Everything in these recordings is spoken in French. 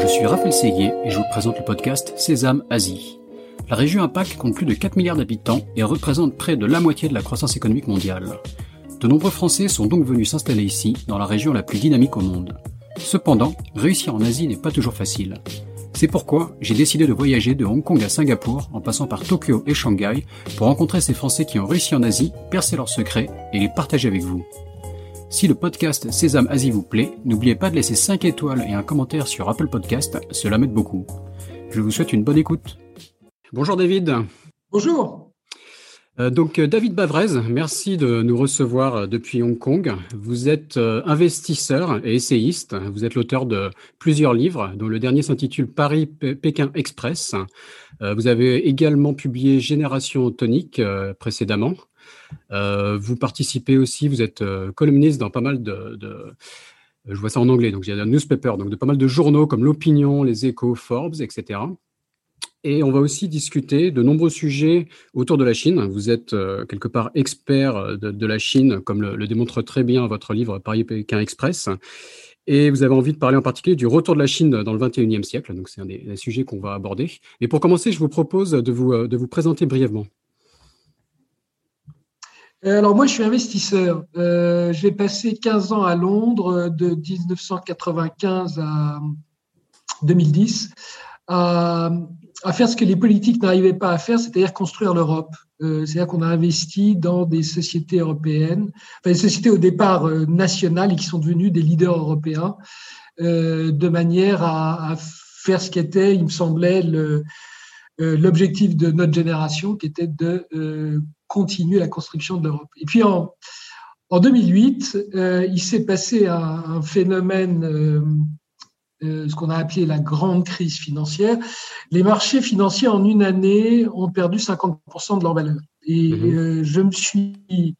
suis Raphaël Séguier et je vous présente le podcast Sésame Asie. La région APAC compte plus de 4 milliards d'habitants et représente près de la moitié de la croissance économique mondiale. De nombreux Français sont donc venus s'installer ici, dans la région la plus dynamique au monde. Cependant, réussir en Asie n'est pas toujours facile. C'est pourquoi j'ai décidé de voyager de Hong Kong à Singapour, en passant par Tokyo et Shanghai, pour rencontrer ces Français qui ont réussi en Asie, percer leurs secrets et les partager avec vous. Si le podcast Sésame Asie vous plaît, n'oubliez pas de laisser 5 étoiles et un commentaire sur Apple Podcast, cela m'aide beaucoup. Je vous souhaite une bonne écoute. Bonjour David. Bonjour. David Bavrez, merci de nous recevoir depuis Hong Kong. Vous êtes investisseur et essayiste. Vous êtes l'auteur de plusieurs livres, dont le dernier s'intitule Paris-Pékin Express. Vous avez également publié Génération Tonique précédemment. Vous participez aussi, vous êtes columniste dans pas mal je vois ça en anglais, donc il y a un newspaper, donc de pas mal de journaux comme L'Opinion, Les Échos, Forbes, etc. Et on va aussi discuter de nombreux sujets autour de la Chine. Vous êtes quelque part expert de la Chine, comme le démontre très bien votre livre Paris-Pékin Express. Et vous avez envie de parler en particulier du retour de la Chine dans le 21e siècle. Donc c'est un des sujets qu'on va aborder. Et pour commencer, je vous propose de vous présenter brièvement. Alors moi, je suis investisseur. J'ai passé 15 ans à Londres, de 1995 à 2010, à faire ce que les politiques n'arrivaient pas à faire, c'est-à-dire construire l'Europe. C'est-à-dire qu'on a investi dans des sociétés européennes, des sociétés au départ nationales et qui sont devenues des leaders européens, de manière à faire ce qui était, il me semblait, l'objectif de notre génération, qui était de continuer la construction de l'Europe. Et puis en 2008, il s'est passé un phénomène, ce qu'on a appelé la grande crise financière. Les marchés financiers en une année ont perdu 50% de leur valeur. Et je me suis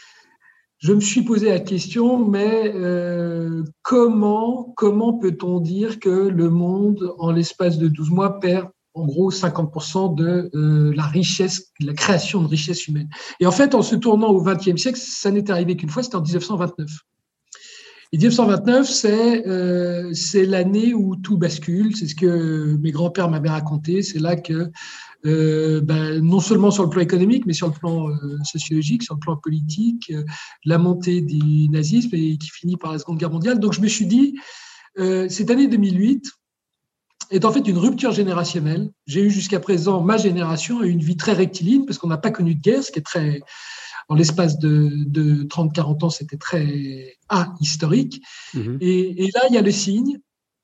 posé la question, mais comment peut-on dire que le monde, en l'espace de 12 mois, perd en gros 50% de la richesse, la création de richesse humaine. Et en fait, en se tournant au XXe siècle, ça n'est arrivé qu'une fois, c'était en 1929. Et 1929, c'est l'année où tout bascule. C'est ce que mes grands-pères m'avaient raconté. C'est là que, non seulement sur le plan économique, mais sur le plan sociologique, sur le plan politique, la montée du nazisme et qui finit par la Seconde Guerre mondiale. Donc, je me suis dit, cette année 2008 est en fait une rupture générationnelle. J'ai eu jusqu'à présent, ma génération a eu une vie très rectiligne parce qu'on n'a pas connu de guerre, ce qui est très, en l'espace de 30-40 ans, c'était très historique. Et là, il y a le signe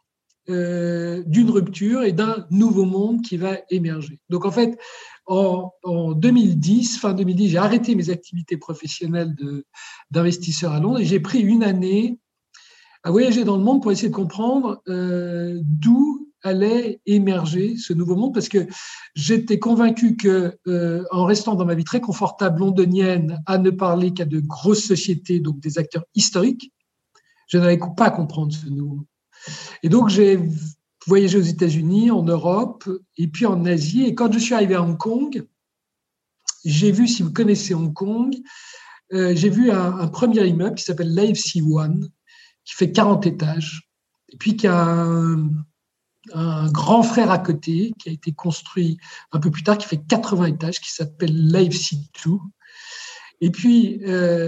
d'une rupture et d'un nouveau monde qui va émerger. Donc en fait, en 2010, fin 2010, j'ai arrêté mes activités professionnelles d'investisseur à Londres et j'ai pris une année à voyager dans le monde pour essayer de comprendre d'où allait émerger ce nouveau monde, parce que j'étais convaincu que, en restant dans ma vie très confortable londonienne, à ne parler qu'à de grosses sociétés, donc des acteurs historiques, je n'allais pas comprendre ce nouveau monde. Et donc, j'ai voyagé aux États-Unis, en Europe, et puis en Asie. Et quand je suis arrivé à Hong Kong, j'ai vu, si vous connaissez Hong Kong, j'ai vu un premier immeuble qui s'appelle l'AFC One, qui fait 40 étages, et puis qui a un grand frère à côté qui a été construit un peu plus tard, qui fait 80 étages, qui s'appelle l'AFC 2. Et puis,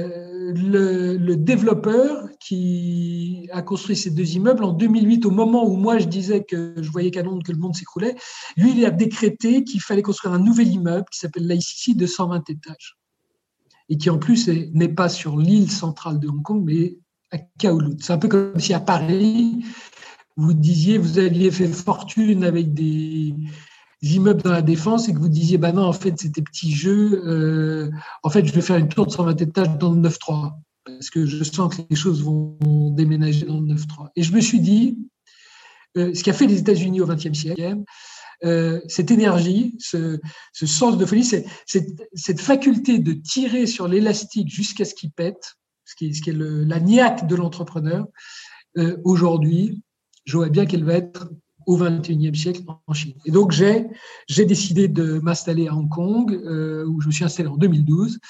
le développeur qui a construit ces deux immeubles en 2008, au moment où moi je disais que je voyais qu'à Londres que le monde s'écroulait, lui, il a décrété qu'il fallait construire un nouvel immeuble qui s'appelle l'ICC de 120 étages. Et qui en plus n'est pas sur l'île centrale de Hong Kong, mais à Kowloon. C'est un peu comme si à Paris, vous disiez, vous aviez fait fortune avec des immeubles dans la Défense et que vous disiez, non, en fait, c'était petit jeu. En fait, je vais faire une tour de 120 étages dans le 9-3 parce que je sens que les choses vont déménager dans le 9-3. Et je me suis dit, ce qu'a fait les États-Unis au XXe siècle, cette énergie, ce sens de folie, cette faculté de tirer sur l'élastique jusqu'à ce qu'il pète, ce qui est la niaque de l'entrepreneur, aujourd'hui, je vois bien qu'elle va être au XXIe siècle en Chine. Et donc, j'ai décidé de m'installer à Hong Kong, où je me suis installé en 2012.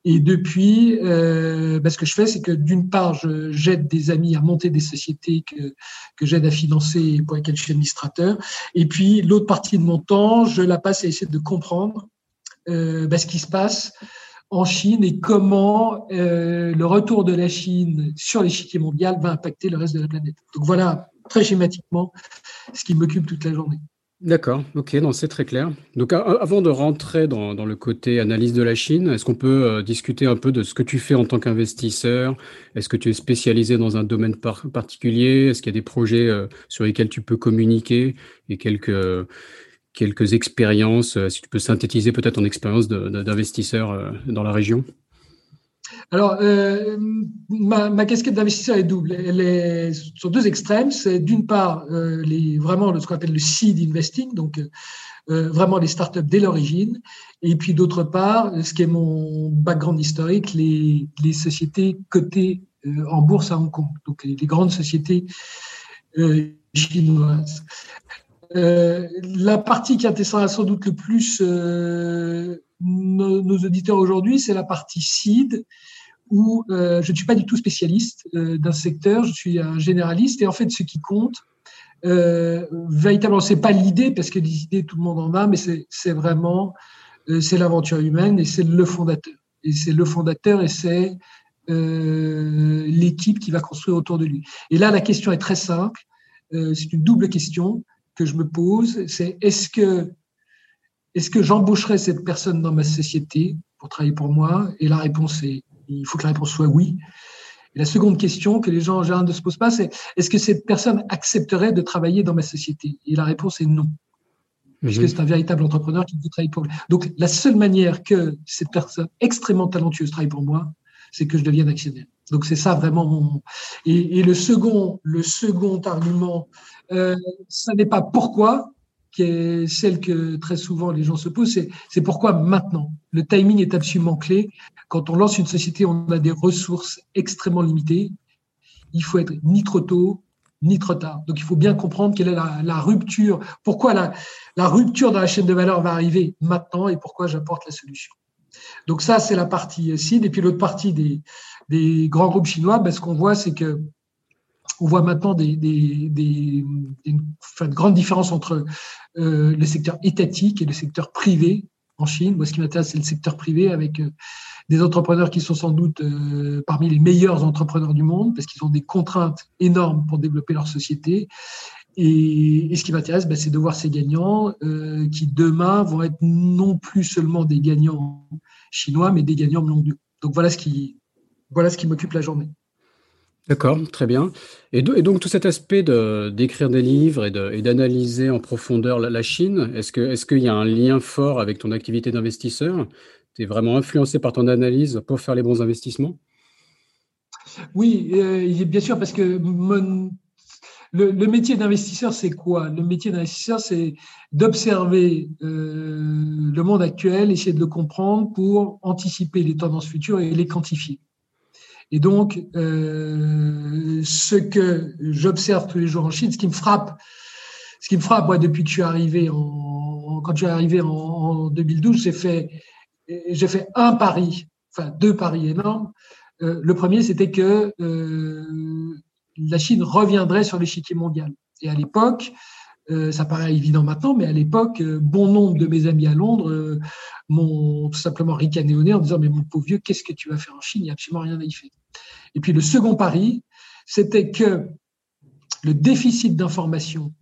Et depuis, ce que je fais, c'est que d'une part, j'aide des amis à monter des sociétés que j'aide à financer pour lesquelles je suis administrateur. Et puis, l'autre partie de mon temps, je la passe à essayer de comprendre ce qui se passe en Chine et comment le retour de la Chine sur l'échiquier mondial va impacter le reste de la planète. Donc voilà, très schématiquement, ce qui m'occupe toute la journée. D'accord, ok, non, c'est très clair. Donc avant de rentrer dans le côté analyse de la Chine, est-ce qu'on peut discuter un peu de ce que tu fais en tant qu'investisseur? Est-ce que tu es spécialisé dans un domaine particulier? Est-ce qu'il y a des projets sur lesquels tu peux communiquer et quelques expériences, si tu peux synthétiser peut-être ton expérience d'investisseur dans la région? Alors, ma casquette d'investisseur est double. Elle est sur deux extrêmes. C'est d'une part vraiment ce qu'on appelle le seed investing, donc vraiment les startups dès l'origine. Et puis d'autre part, ce qui est mon background historique, les sociétés cotées en bourse à Hong Kong, donc les grandes sociétés chinoises. La partie qui intéressera sans doute le plus nos auditeurs aujourd'hui, c'est la partie seed, où je ne suis pas du tout spécialiste d'un secteur, je suis un généraliste. Et en fait, ce qui compte, véritablement, c'est pas l'idée, parce que des idées, tout le monde en a, mais c'est vraiment c'est l'aventure humaine et c'est le fondateur. Et c'est le fondateur et c'est l'équipe qui va construire autour de lui. Et là, la question est très simple. C'est une double question que je me pose. C'est est-ce que j'embaucherai cette personne dans ma société pour travailler pour moi? Et la réponse est il faut que la réponse soit oui. Et la seconde question que les gens en général ne se posent pas, c'est est-ce que cette personne accepterait de travailler dans ma société? Et la réponse est non, puisque c'est un véritable entrepreneur qui veut travailler pour lui. Donc, la seule manière que cette personne extrêmement talentueuse travaille pour moi, c'est que je devienne actionnaire. Donc, c'est ça vraiment mon… Et le second argument, ça n'est pas pourquoi, qui est celle que très souvent les gens se posent, c'est pourquoi maintenant. Le timing est absolument clé. Quand on lance une société, on a des ressources extrêmement limitées. Il faut être ni trop tôt, ni trop tard. Donc, il faut bien comprendre quelle est la rupture, pourquoi la rupture dans la chaîne de valeur va arriver maintenant et pourquoi j'apporte la solution. Donc, ça, c'est la partie seed. Et puis, l'autre partie des grands groupes chinois, ce qu'on voit, c'est que on voit maintenant une grande différence entre le secteur étatique et le secteur privé en Chine. Moi, ce qui m'intéresse, c'est le secteur privé avec des entrepreneurs qui sont sans doute parmi les meilleurs entrepreneurs du monde parce qu'ils ont des contraintes énormes pour développer leur société. Et ce qui m'intéresse, c'est de voir ces gagnants qui demain vont être non plus seulement des gagnants chinois, mais des gagnants mondiaux. Donc voilà ce qui m'occupe la journée. D'accord, très bien. Et donc tout cet aspect d'écrire des livres et d'analyser en profondeur la Chine, est-ce qu'il y a un lien fort avec ton activité d'investisseur? Tu es vraiment influencé par ton analyse pour faire les bons investissements? Oui, bien sûr, parce que le métier d'investisseur, c'est quoi? Le métier d'investisseur, c'est d'observer le monde actuel, essayer de le comprendre pour anticiper les tendances futures et les quantifier. Et donc, ce que j'observe tous les jours en Chine, ce qui me frappe, moi, depuis que je suis arrivé quand je suis arrivé en 2012, j'ai fait un pari, enfin deux paris énormes. Le premier, c'était que la Chine reviendrait sur l'échiquier mondial. Et à l'époque, ça paraît évident maintenant, mais à l'époque, bon nombre de mes amis à Londres m'ont tout simplement ricané au nez en disant « Mais mon pauvre vieux, qu'est-ce que tu vas faire en Chine? Il n'y a absolument rien à y faire. » Et puis le second pari, c'était que le déficit d'information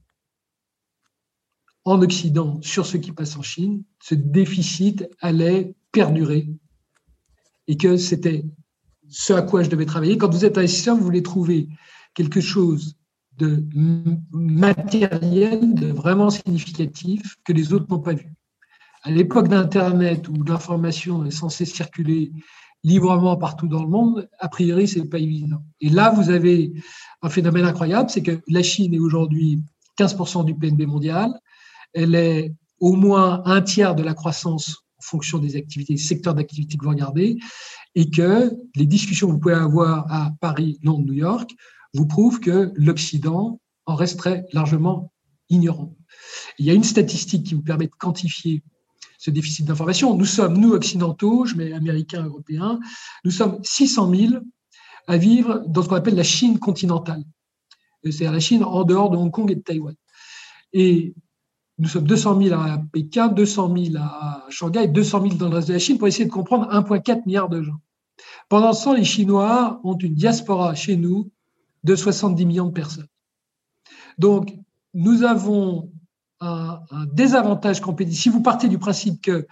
en Occident sur ce qui passe en Chine, ce déficit allait perdurer et que c'était ce à quoi je devais travailler. Quand vous êtes investisseur, vous voulez trouver quelque chose de matériel, de vraiment significatif que les autres n'ont pas vu. À l'époque d'Internet où l'information est censée circuler librement partout dans le monde, a priori, ce n'est pas évident. Et là, vous avez un phénomène incroyable, c'est que la Chine est aujourd'hui 15% du PNB mondial, elle est au moins un tiers de la croissance en fonction des activités, des secteurs d'activité que vous regardez, et que les discussions que vous pouvez avoir à Paris, Londres, New York, vous prouvent que l'Occident en resterait largement ignorant. Il y a une statistique qui vous permet de quantifier ce déficit d'information. Nous occidentaux, je mets américains, européens, nous sommes 600 000 à vivre dans ce qu'on appelle la Chine continentale. C'est-à-dire la Chine en dehors de Hong Kong et de Taïwan. Et nous sommes 200 000 à Pékin, 200 000 à Shanghai, 200 000 dans le reste de la Chine pour essayer de comprendre 1,4 milliard de gens. Pendant ce temps, les Chinois ont une diaspora chez nous de 70 millions de personnes. Donc, nous avons un désavantage compétitif. Si vous partez du principe que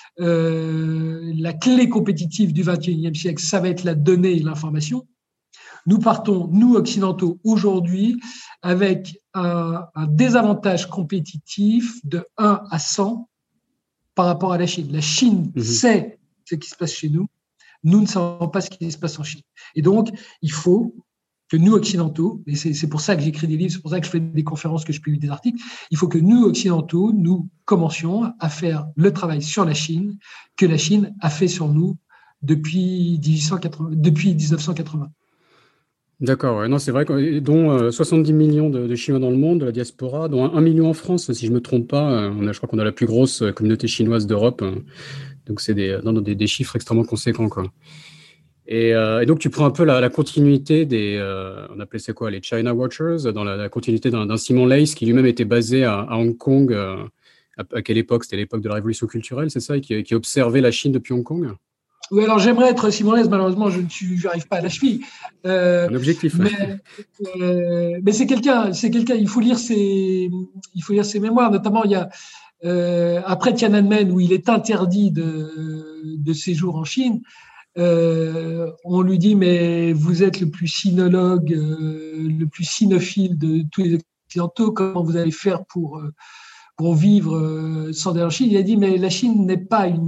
la clé compétitive du XXIe siècle, ça va être la donnée et l'information, nous partons, nous occidentaux, aujourd'hui, avec un désavantage compétitif de 1 à 100 par rapport à la Chine. La Chine sait ce qui se passe chez nous, nous ne savons pas ce qui se passe en Chine. Et donc, il faut que nous, occidentaux, et c'est pour ça que j'écris des livres, c'est pour ça que je fais des conférences, que je publie des articles, il faut que nous, occidentaux, nous commencions à faire le travail sur la Chine que la Chine a fait sur nous depuis 1980. D'accord, ouais. Non, c'est vrai, dont 70 millions de Chinois dans le monde, de la diaspora, dont 1 million en France, si je ne me trompe pas. Je crois qu'on a la plus grosse communauté chinoise d'Europe. Donc, c'est des chiffres extrêmement conséquents, quoi. Et donc, tu prends un peu la continuité on appelait ça quoi, les China Watchers, dans la continuité d'un Simon Leys qui lui-même était basé à Hong Kong. À quelle époque? C'était l'époque de la Révolution culturelle, c'est ça, et qui observait la Chine depuis Hong Kong? Oui, alors j'aimerais être Simon Leys, malheureusement, je n'arrive pas à la cheville. Un objectif. Mais c'est quelqu'un, il faut lire ses mémoires, notamment il y a après Tiananmen, où il est interdit de séjour en Chine. On lui dit, mais vous êtes le plus sinologue, le plus sinophile de tous les occidentaux, comment vous allez faire pour vivre sans aller en Chine? Il a dit, mais la Chine n'est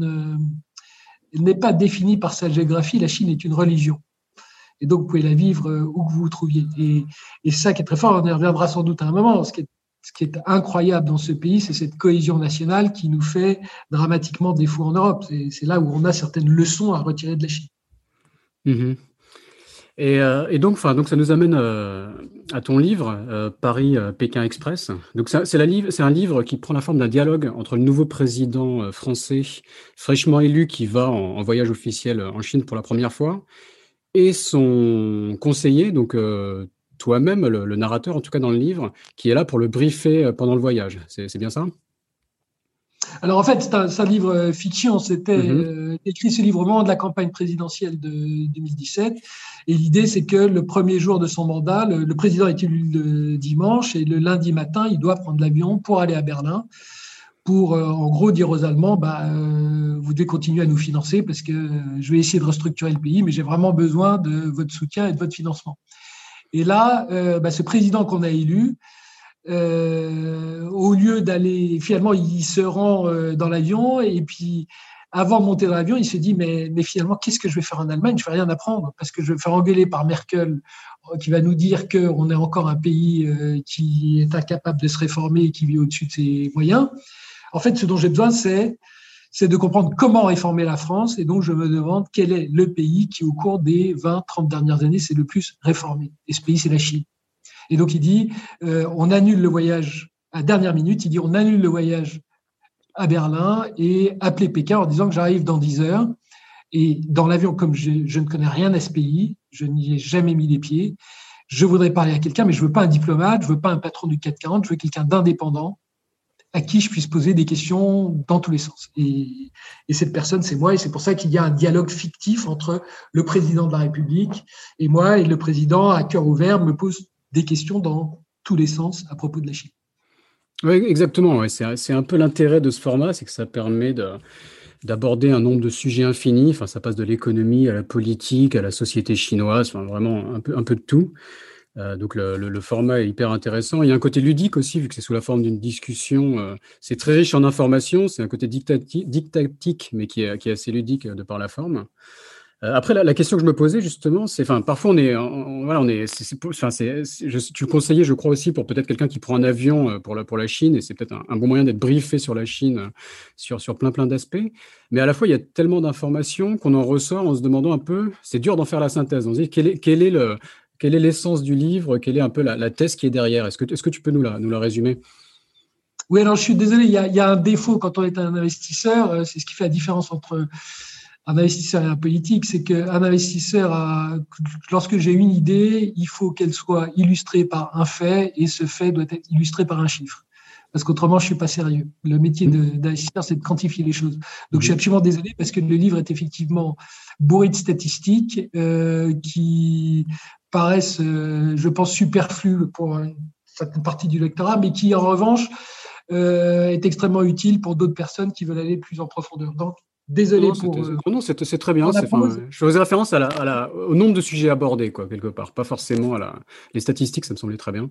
pas définie par sa géographie, la Chine est une religion. Et donc, vous pouvez la vivre où que vous vous trouviez. Et ça qui est très fort, on y reviendra sans doute à un moment. Ce qui est incroyable dans ce pays, c'est cette cohésion nationale qui nous fait dramatiquement défaut en Europe. C'est là où on a certaines leçons à retirer de la Chine. Mm-hmm. Et donc ça nous amène à ton livre, Paris-Pékin Express. Donc, c'est un livre qui prend la forme d'un dialogue entre le nouveau président français, fraîchement élu, qui va en voyage officiel en Chine pour la première fois, et son conseiller, donc toi-même, le narrateur, en tout cas dans le livre, qui est là pour le briefer pendant le voyage. C'est bien ça? Alors en fait, c'est un livre fiction. C'était écrit ce livre au moment de la campagne présidentielle de 2017. Et l'idée, c'est que le premier jour de son mandat, le président est élu le dimanche et le lundi matin, il doit prendre l'avion pour aller à Berlin pour, en gros, dire aux Allemands, vous devez continuer à nous financer parce que je vais essayer de restructurer le pays, mais j'ai vraiment besoin de votre soutien et de votre financement. Et là, ce président qu'on a élu, au lieu d'aller, finalement, il se rend dans l'avion et puis avant de monter dans l'avion, il se dit mais finalement, qu'est-ce que je vais faire en Allemagne? Je vais rien apprendre parce que je vais me faire engueuler par Merkel qui va nous dire qu'on est encore un pays qui est incapable de se réformer et qui vit au-dessus de ses moyens. En fait, ce dont j'ai besoin, c'est de comprendre comment réformer la France. Et donc, je me demande quel est le pays qui, au cours des 20, 30 dernières années, s'est le plus réformé. Et ce pays, c'est la Chine. Et donc, il dit, on annule le voyage à dernière minute. Il dit, on annule le voyage à Berlin et appelez Pékin en disant que j'arrive dans 10 heures. Et dans l'avion, comme je ne connais rien à ce pays, je n'y ai jamais mis les pieds, je voudrais parler à quelqu'un, mais je ne veux pas un diplomate, je ne veux pas un patron du CAC 40, je veux quelqu'un d'indépendant à qui je puisse poser des questions dans tous les sens. Et cette personne, c'est moi, et c'est pour ça qu'il y a un dialogue fictif entre le président de la République et moi, et le président, à cœur ouvert, me pose des questions dans tous les sens à propos de la Chine. Oui, exactement. Ouais. C'est un peu l'intérêt de ce format, c'est que ça permet d'aborder un nombre de sujets infinis. Enfin, ça passe de l'économie à la politique, à la société chinoise, enfin, vraiment un peu de tout. Donc le format est hyper intéressant. Il y a un côté ludique aussi, vu que c'est sous la forme d'une discussion. C'est très riche en informations. C'est un côté didactique, mais qui est assez ludique de par la forme. Après, la question que je me posais justement, c'est, enfin, parfois tu le conseillais, je crois aussi, pour peut-être quelqu'un qui prend un avion pour la Chine, et c'est peut-être un bon moyen d'être briefé sur la Chine sur plein d'aspects. Mais à la fois, il y a tellement d'informations qu'on en ressort en se demandant un peu, c'est dur d'en faire la synthèse. On se dit quelle est l'essence du livre, quelle est un peu la thèse qui est derrière. Est-ce que tu peux nous la résumer? Oui, alors je suis désolé, il y a un défaut quand on est un investisseur, c'est ce qui fait la différence entre un investisseur et un politique, c'est qu'un investisseur, lorsque j'ai une idée, il faut qu'elle soit illustrée par un fait et ce fait doit être illustré par un chiffre. Parce qu'autrement, je suis pas sérieux. Le métier d'investisseur, c'est de quantifier les choses. Donc, je suis absolument désolé parce que le livre est effectivement bourré de statistiques qui paraissent, je pense, superflues pour une certaine partie du lectorat, mais qui, en revanche, est extrêmement utile pour d'autres personnes qui veulent aller plus en profondeur. Donc, désolé Non, c'est très bien. Je faisais référence au nombre de sujets abordés, quoi, quelque part. Pas forcément les statistiques, ça me semblait très bien.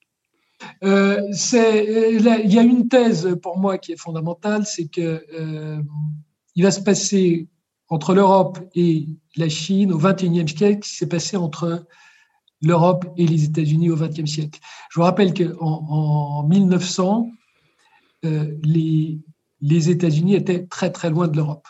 Il y a une thèse pour moi qui est fondamentale, c'est que il va se passer entre l'Europe et la Chine au XXIe siècle, qui s'est passé entre l'Europe et les États-Unis au XXe siècle. Je vous rappelle qu'en 1900, les États-Unis étaient très très loin de l'Europe.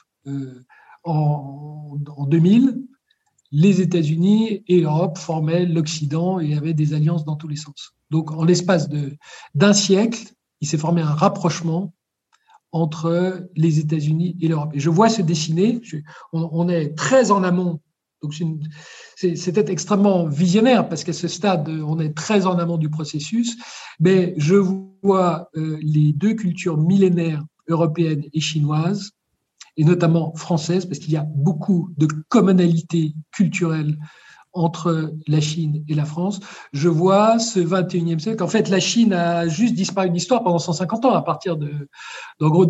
En 2000, les États-Unis et l'Europe formaient l'Occident et avaient des alliances dans tous les sens. Donc, en l'espace d'un siècle, il s'est formé un rapprochement entre les États-Unis et l'Europe. Et je vois se dessiner, on est très en amont, donc c'est peut-être extrêmement visionnaire parce qu'à ce stade, on est très en amont du processus, mais je vois les deux cultures millénaires européennes et chinoises, et notamment françaises, parce qu'il y a beaucoup de commonalités culturelles entre la Chine et la France. Je vois ce 21e siècle. En fait, la Chine a juste disparu de l'histoire pendant 150 ans, à partir d'en gros,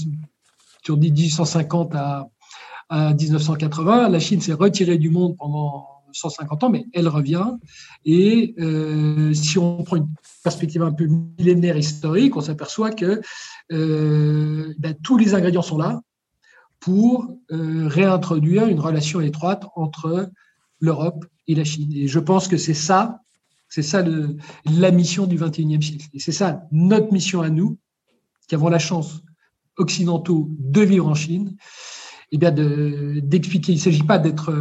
1850 à 1980. La Chine s'est retirée du monde pendant 150 ans, mais elle revient. Et si on prend une perspective un peu millénaire historique, on s'aperçoit que tous les ingrédients sont là pour réintroduire une relation étroite entre l'Europe et la Chine. Et je pense que c'est ça la mission du XXIe siècle. Et c'est ça notre mission à nous, qui avons la chance occidentaux de vivre en Chine, et bien d'expliquer. Il ne s'agit pas d'être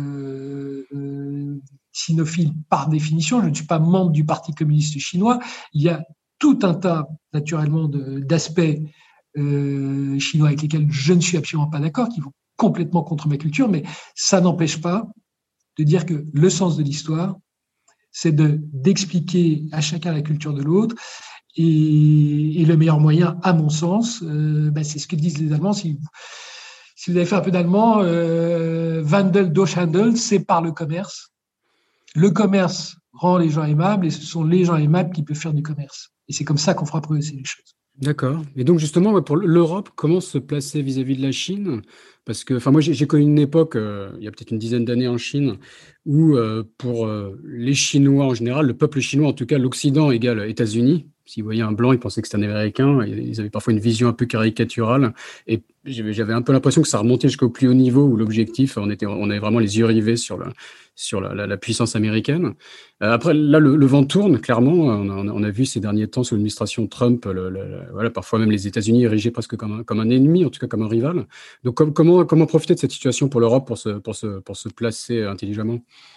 sinophile par définition. Je ne suis pas membre du Parti communiste chinois. Il y a tout un tas, naturellement, d'aspects chinois avec lesquels je ne suis absolument pas d'accord, qui vont complètement contre ma culture, mais ça n'empêche pas de dire que le sens de l'histoire, c'est d'expliquer à chacun la culture de l'autre. Et le meilleur moyen, à mon sens, c'est ce que disent les Allemands. Si vous avez fait un peu d'allemand, Wandel durch Handel, c'est par le commerce. Le commerce rend les gens aimables et ce sont les gens aimables qui peuvent faire du commerce. Et c'est comme ça qu'on fera progresser les choses. D'accord. Et donc justement, pour l'Europe, comment se placer vis-à-vis de la Chine? Parce que, moi, j'ai connu une époque, il y a peut-être une dizaine d'années en Chine, où pour les Chinois en général, le peuple chinois, en tout cas, l'Occident égale États-Unis. S'ils voyaient un blanc, ils pensaient que c'était un Américain. Ils avaient parfois une vision un peu caricaturale. Et j'avais un peu l'impression que ça remontait jusqu'au plus haut niveau où l'objectif, on avait vraiment les yeux rivés sur la puissance américaine. Après, là, le vent tourne, clairement. On a vu ces derniers temps, sous l'administration Trump, voilà, parfois même les États-Unis érigés presque comme un ennemi, en tout cas comme un rival. Donc, comment profiter de cette situation pour l'Europe pour se placer intelligemment?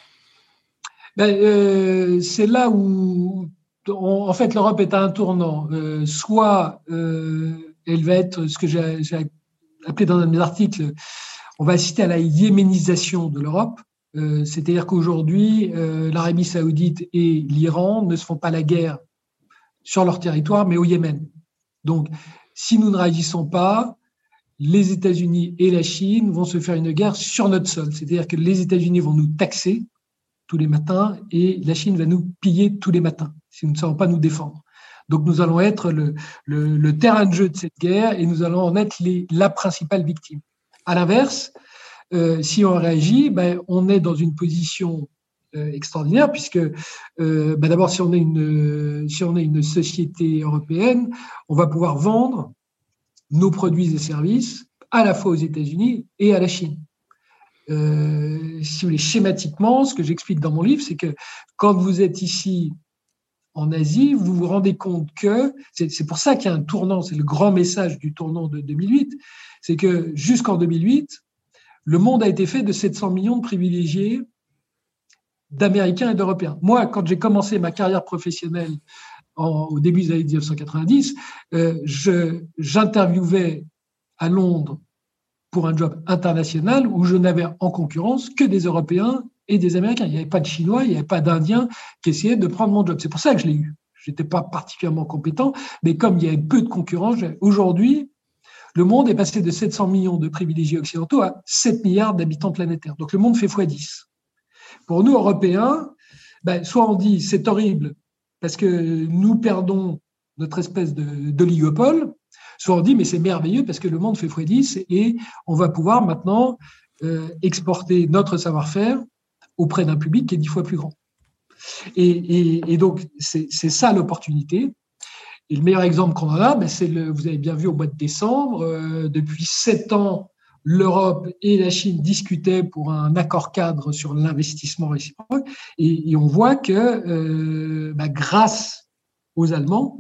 C'est là où, en fait, l'Europe est à un tournant. Soit elle va être ce que j'ai appelé dans un de mes articles, on va assister à la yéménisation de l'Europe. C'est-à-dire qu'aujourd'hui, l'Arabie saoudite et l'Iran ne se font pas la guerre sur leur territoire, mais au Yémen. Donc, si nous ne réagissons pas, les États-Unis et la Chine vont se faire une guerre sur notre sol. C'est-à-dire que les États-Unis vont nous taxer tous les matins et la Chine va nous piller tous les matins si nous ne savons pas nous défendre. Donc, nous allons être le terrain de jeu de cette guerre et nous allons en être la principale victime. À l'inverse, si on réagit, on est dans une position extraordinaire puisque d'abord, si on est une société européenne, on va pouvoir vendre nos produits et services à la fois aux États-Unis et à la Chine. Si vous voulez, schématiquement, ce que j'explique dans mon livre, c'est que quand vous êtes ici en Asie, vous vous rendez compte que, c'est pour ça qu'il y a un tournant, c'est le grand message du tournant de 2008, c'est que jusqu'en 2008, le monde a été fait de 700 millions de privilégiés d'Américains et d'Européens. Moi, quand j'ai commencé ma carrière professionnelle au début des années 1990, j'interviewais à Londres pour un job international où je n'avais en concurrence que des Européens et des Américains. Il n'y avait pas de Chinois, il n'y avait pas d'Indiens qui essayaient de prendre mon job. C'est pour ça que je l'ai eu. Je n'étais pas particulièrement compétent, mais comme il y avait peu de concurrence, aujourd'hui, le monde est passé de 700 millions de privilégiés occidentaux à 7 milliards d'habitants planétaires. Donc le monde fait x10. Pour nous, Européens, soit on dit c'est horrible parce que nous perdons notre espèce d'oligopole, soit on dit mais c'est merveilleux parce que le monde fait x10 et on va pouvoir maintenant exporter notre savoir-faire auprès d'un public qui est 10 fois plus grand. Et donc, c'est ça l'opportunité. Et le meilleur exemple qu'on en a, vous avez bien vu au mois de décembre, depuis 7 ans, l'Europe et la Chine discutaient pour un accord cadre sur l'investissement réciproque. Et on voit que grâce aux Allemands,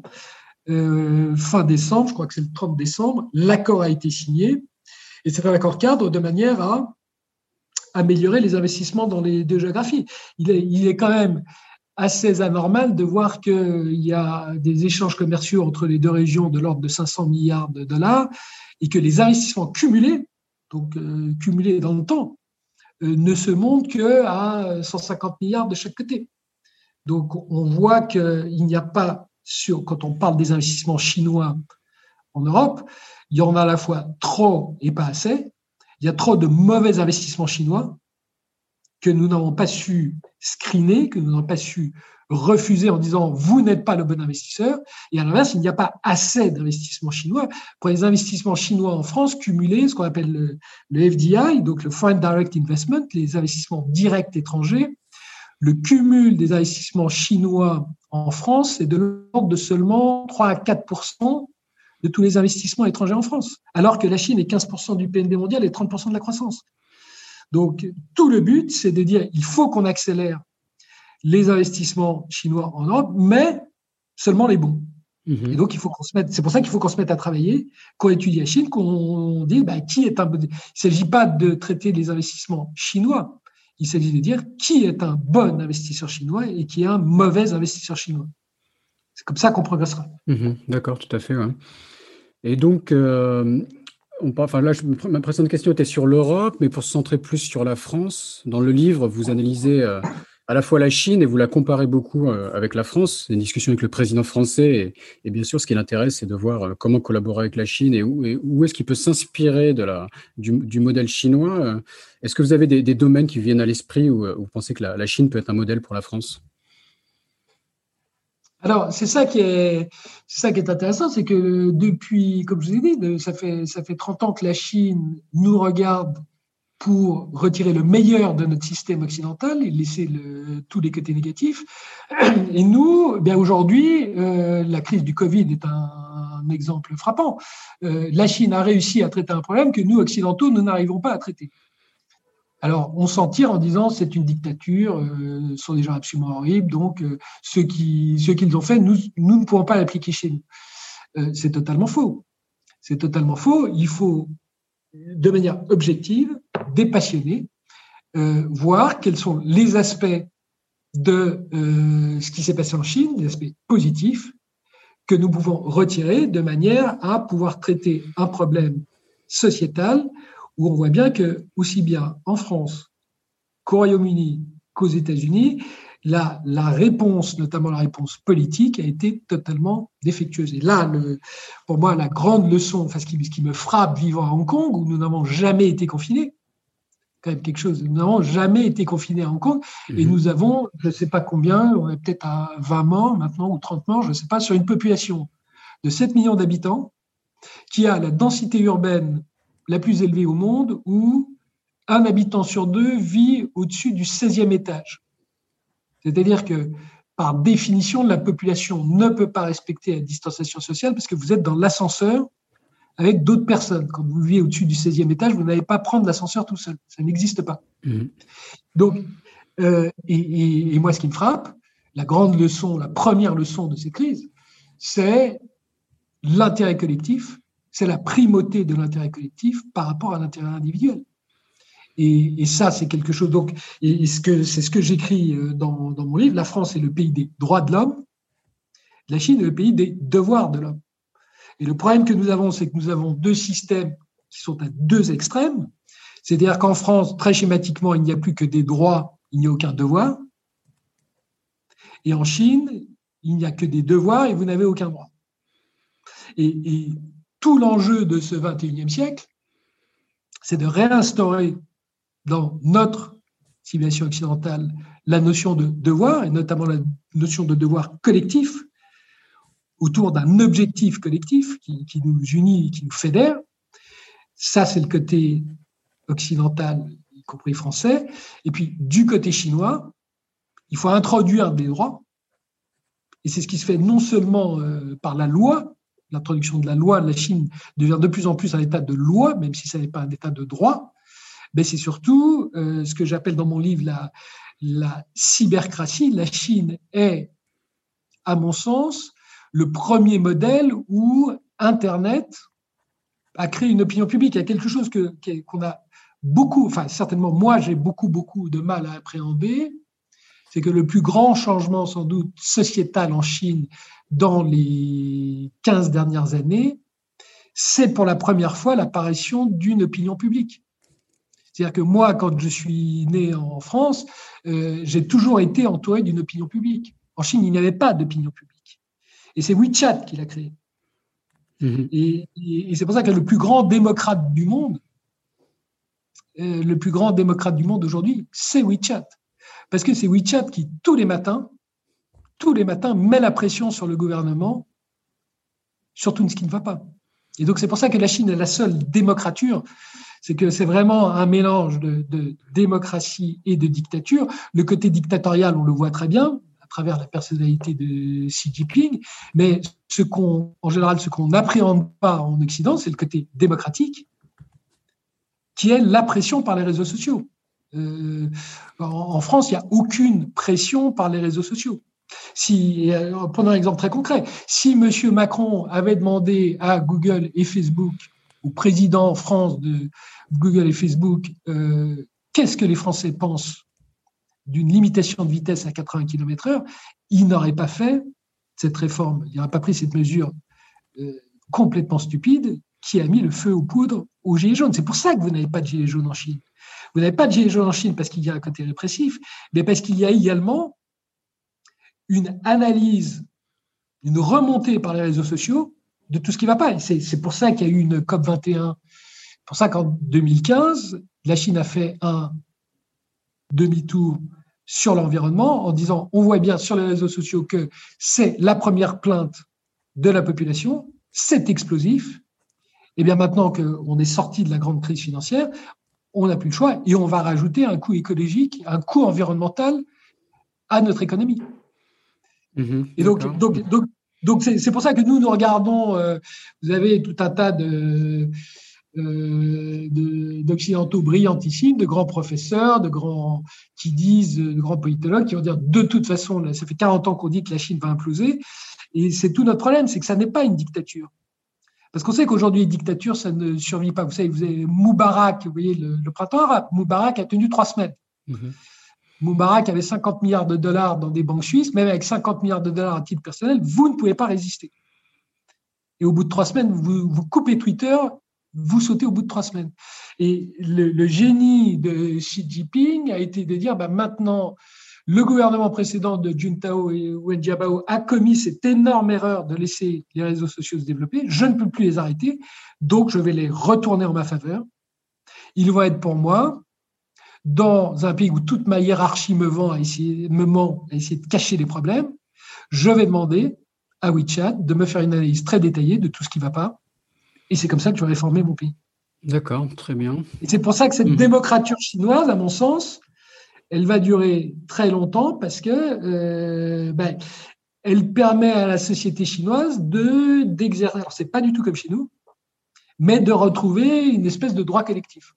fin décembre, je crois que c'est le 30 décembre, l'accord a été signé. Et c'est un accord cadre de manière à améliorer les investissements dans les deux géographies. Il est quand même assez anormal de voir qu'il y a des échanges commerciaux entre les deux régions de l'ordre de 500 milliards de dollars et que les investissements cumulés, donc cumulés dans le temps, ne se montent qu'à 150 milliards de chaque côté. Donc on voit qu'il n'y a pas, quand on parle des investissements chinois en Europe, il y en a à la fois trop et pas assez. Il y a trop de mauvais investissements chinois que nous n'avons pas su screener, que nous n'avons pas su refuser en disant « vous n'êtes pas le bon investisseur ». Et à l'inverse, il n'y a pas assez d'investissements chinois. Pour les investissements chinois en France, cumulés, ce qu'on appelle le FDI, donc le Foreign Direct Investment, les investissements directs étrangers, le cumul des investissements chinois en France est de l'ordre de seulement 3 à 4% de tous les investissements étrangers en France, alors que la Chine est 15% du PNB mondial et 30% de la croissance. Donc, tout le but, c'est de dire il faut qu'on accélère les investissements chinois en Europe, mais seulement les bons. Mmh. Et donc, c'est pour ça qu'il faut qu'on se mette à travailler, qu'on étudie la Chine, qu'on dise qui est un bon. Il ne s'agit pas de traiter les investissements chinois, il s'agit de dire qui est un bon investisseur chinois et qui est un mauvais investisseur chinois. C'est comme ça qu'on progressera. Mmh. D'accord, tout à fait. Ouais. Et donc, ma précédente question était sur l'Europe, mais pour se centrer plus sur la France, dans le livre, vous analysez à la fois la Chine et vous la comparez beaucoup avec la France. C'est une discussion avec le président français et bien sûr, ce qui l'intéresse, c'est de voir comment collaborer avec la Chine et où est-ce qu'il peut s'inspirer du modèle chinois. Est-ce que vous avez des domaines qui viennent à l'esprit où vous pensez que la Chine peut être un modèle pour la France ? Alors, c'est ça qui est intéressant, c'est que depuis, comme je vous ai dit, ça fait 30 ans que la Chine nous regarde pour retirer le meilleur de notre système occidental et laisser tous les côtés négatifs. Et nous, aujourd'hui, la crise du Covid est un exemple frappant. La Chine a réussi à traiter un problème que nous, occidentaux, nous n'arrivons pas à traiter. Alors, on s'en tire en disant c'est une dictature, ce sont des gens absolument horribles, donc ce qu'ils ont fait, nous ne pouvons pas l'appliquer chez nous. C'est totalement faux. C'est totalement faux. Il faut, de manière objective, dépassionnée, voir quels sont les aspects de ce qui s'est passé en Chine, les aspects positifs, que nous pouvons retirer de manière à pouvoir traiter un problème sociétal où on voit bien que, aussi bien en France qu'au Royaume-Uni qu'aux États-Unis, la réponse, notamment la réponse politique, a été totalement défectueuse. Et là, pour moi, la grande leçon, ce qui me frappe vivant à Hong Kong, où nous n'avons jamais été confinés, quand même quelque chose, nous n'avons jamais été confinés à Hong Kong, et nous avons, je ne sais pas combien, on est peut-être à 20 morts maintenant, ou 30 morts, je ne sais pas, sur une population de 7 millions d'habitants, qui a la densité urbaine la plus élevée au monde, où un habitant sur deux vit au-dessus du 16e étage. C'est-à-dire que, par définition, la population ne peut pas respecter la distanciation sociale parce que vous êtes dans l'ascenseur avec d'autres personnes. Quand vous vivez au-dessus du 16e étage, vous n'allez pas prendre l'ascenseur tout seul. Ça n'existe pas. Donc, et moi, ce qui me frappe, la grande leçon, la première leçon de cette crise, c'est l'intérêt collectif, c'est la primauté de l'intérêt collectif par rapport à l'intérêt individuel. Et ça, c'est quelque chose. Donc, c'est ce que j'écris dans mon livre. La France est le pays des droits de l'homme, La Chine est le pays des devoirs de l'homme. Et le problème que nous avons, c'est que nous avons deux systèmes qui sont à deux extrêmes. C'est-à-dire qu'en France, très schématiquement, il n'y a plus que des droits, il n'y a aucun devoir. Et en Chine, il n'y a que des devoirs et vous n'avez aucun droit. Et tout l'enjeu de ce 21e siècle, c'est de réinstaurer dans notre civilisation occidentale la notion de devoir, et notamment la notion de devoir collectif, autour d'un objectif collectif qui nous unit, qui nous fédère. Ça, c'est le côté occidental, y compris français. Et puis, du côté chinois, il faut introduire des droits. Et c'est ce qui se fait non seulement par la loi. L'introduction de la loi, la Chine devient de plus en plus un état de loi, même si ça n'est pas un état de droit. Mais c'est surtout ce que j'appelle dans mon livre la cybercratie. La Chine est, à mon sens, le premier modèle où Internet a créé une opinion publique. Il y a quelque chose qu'on a beaucoup, enfin certainement moi j'ai beaucoup de mal à appréhender, c'est que le plus grand changement sans doute sociétal en Chine dans les 15 dernières années, c'est pour la première fois l'apparition d'une opinion publique. C'est-à-dire que moi, quand je suis né en France, j'ai toujours été entouré d'une opinion publique. En Chine, il n'y avait pas d'opinion publique. Et c'est WeChat qui l'a créé. Et c'est pour ça que le plus grand démocrate du monde, aujourd'hui, c'est WeChat. Parce que c'est WeChat qui, tous les matins, met la pression sur le gouvernement sur tout ce qui ne va pas. Et donc, c'est pour ça que la Chine est la seule démocrature. C'est que c'est vraiment un mélange de démocratie et de dictature. Le côté dictatorial, on le voit très bien à travers la personnalité de Xi Jinping. Mais en général, ce qu'on n'appréhende pas en Occident, c'est le côté démocratique, qui est la pression par les réseaux sociaux. En France, il n'y a aucune pression par les réseaux sociaux. Prenons un exemple très concret. Si M. Macron avait demandé à Google et Facebook, au président France de Google et Facebook, qu'est-ce que les Français pensent d'une limitation de vitesse à 80 km/h, il n'aurait pas fait cette réforme, il n'aurait pas pris cette mesure complètement stupide qui a mis le feu aux poudres aux gilets jaunes. C'est pour ça que vous n'avez pas de gilets jaunes en Chine. Vous n'avez pas de gilets jaunes en Chine parce qu'il y a un côté répressif, mais parce qu'il y a également une analyse, une remontée par les réseaux sociaux de tout ce qui ne va pas. Et c'est pour ça qu'il y a eu une COP21. C'est pour ça qu'en 2015, la Chine a fait un demi-tour sur l'environnement en disant on voit bien sur les réseaux sociaux que c'est la première plainte de la population, c'est explosif. Et bien maintenant qu'on est sorti de la grande crise financière, on n'a plus le choix et on va rajouter un coût écologique, un coût environnemental à notre économie. Et donc c'est pour ça que nous regardons, vous avez tout un tas d'occidentaux brillantissimes, de grands professeurs, de grands politologues qui vont dire de toute façon, là, ça fait 40 ans qu'on dit que la Chine va imploser, et c'est tout notre problème, c'est que ça n'est pas une dictature. Parce qu'on sait qu'aujourd'hui, les dictatures, ça ne survit pas. Vous avez Moubarak, vous voyez le printemps arabe, Moubarak a tenu 3 semaines. Moubarak avait 50 milliards de dollars dans des banques suisses, même avec 50 milliards de dollars à titre personnel, vous ne pouvez pas résister. Et au bout de 3 semaines, vous coupez Twitter, vous sautez au bout de 3 semaines. Et le génie de Xi Jinping a été de dire, maintenant, le gouvernement précédent de Juntao et Wen Jiabao a commis cette énorme erreur de laisser les réseaux sociaux se développer. Je ne peux plus les arrêter, donc je vais les retourner en ma faveur. Ils vont être pour moi dans un pays où toute ma hiérarchie me ment à essayer de cacher les problèmes. Je vais demander à WeChat de me faire une analyse très détaillée de tout ce qui ne va pas. Et c'est comme ça que je vais réformer mon pays. D'accord, très bien. Et c'est pour ça que cette démocrature chinoise, à mon sens, elle va durer très longtemps parce que elle permet à la société chinoise d'exercer, alors c'est pas du tout comme chez nous, mais de retrouver une espèce de droit collectif.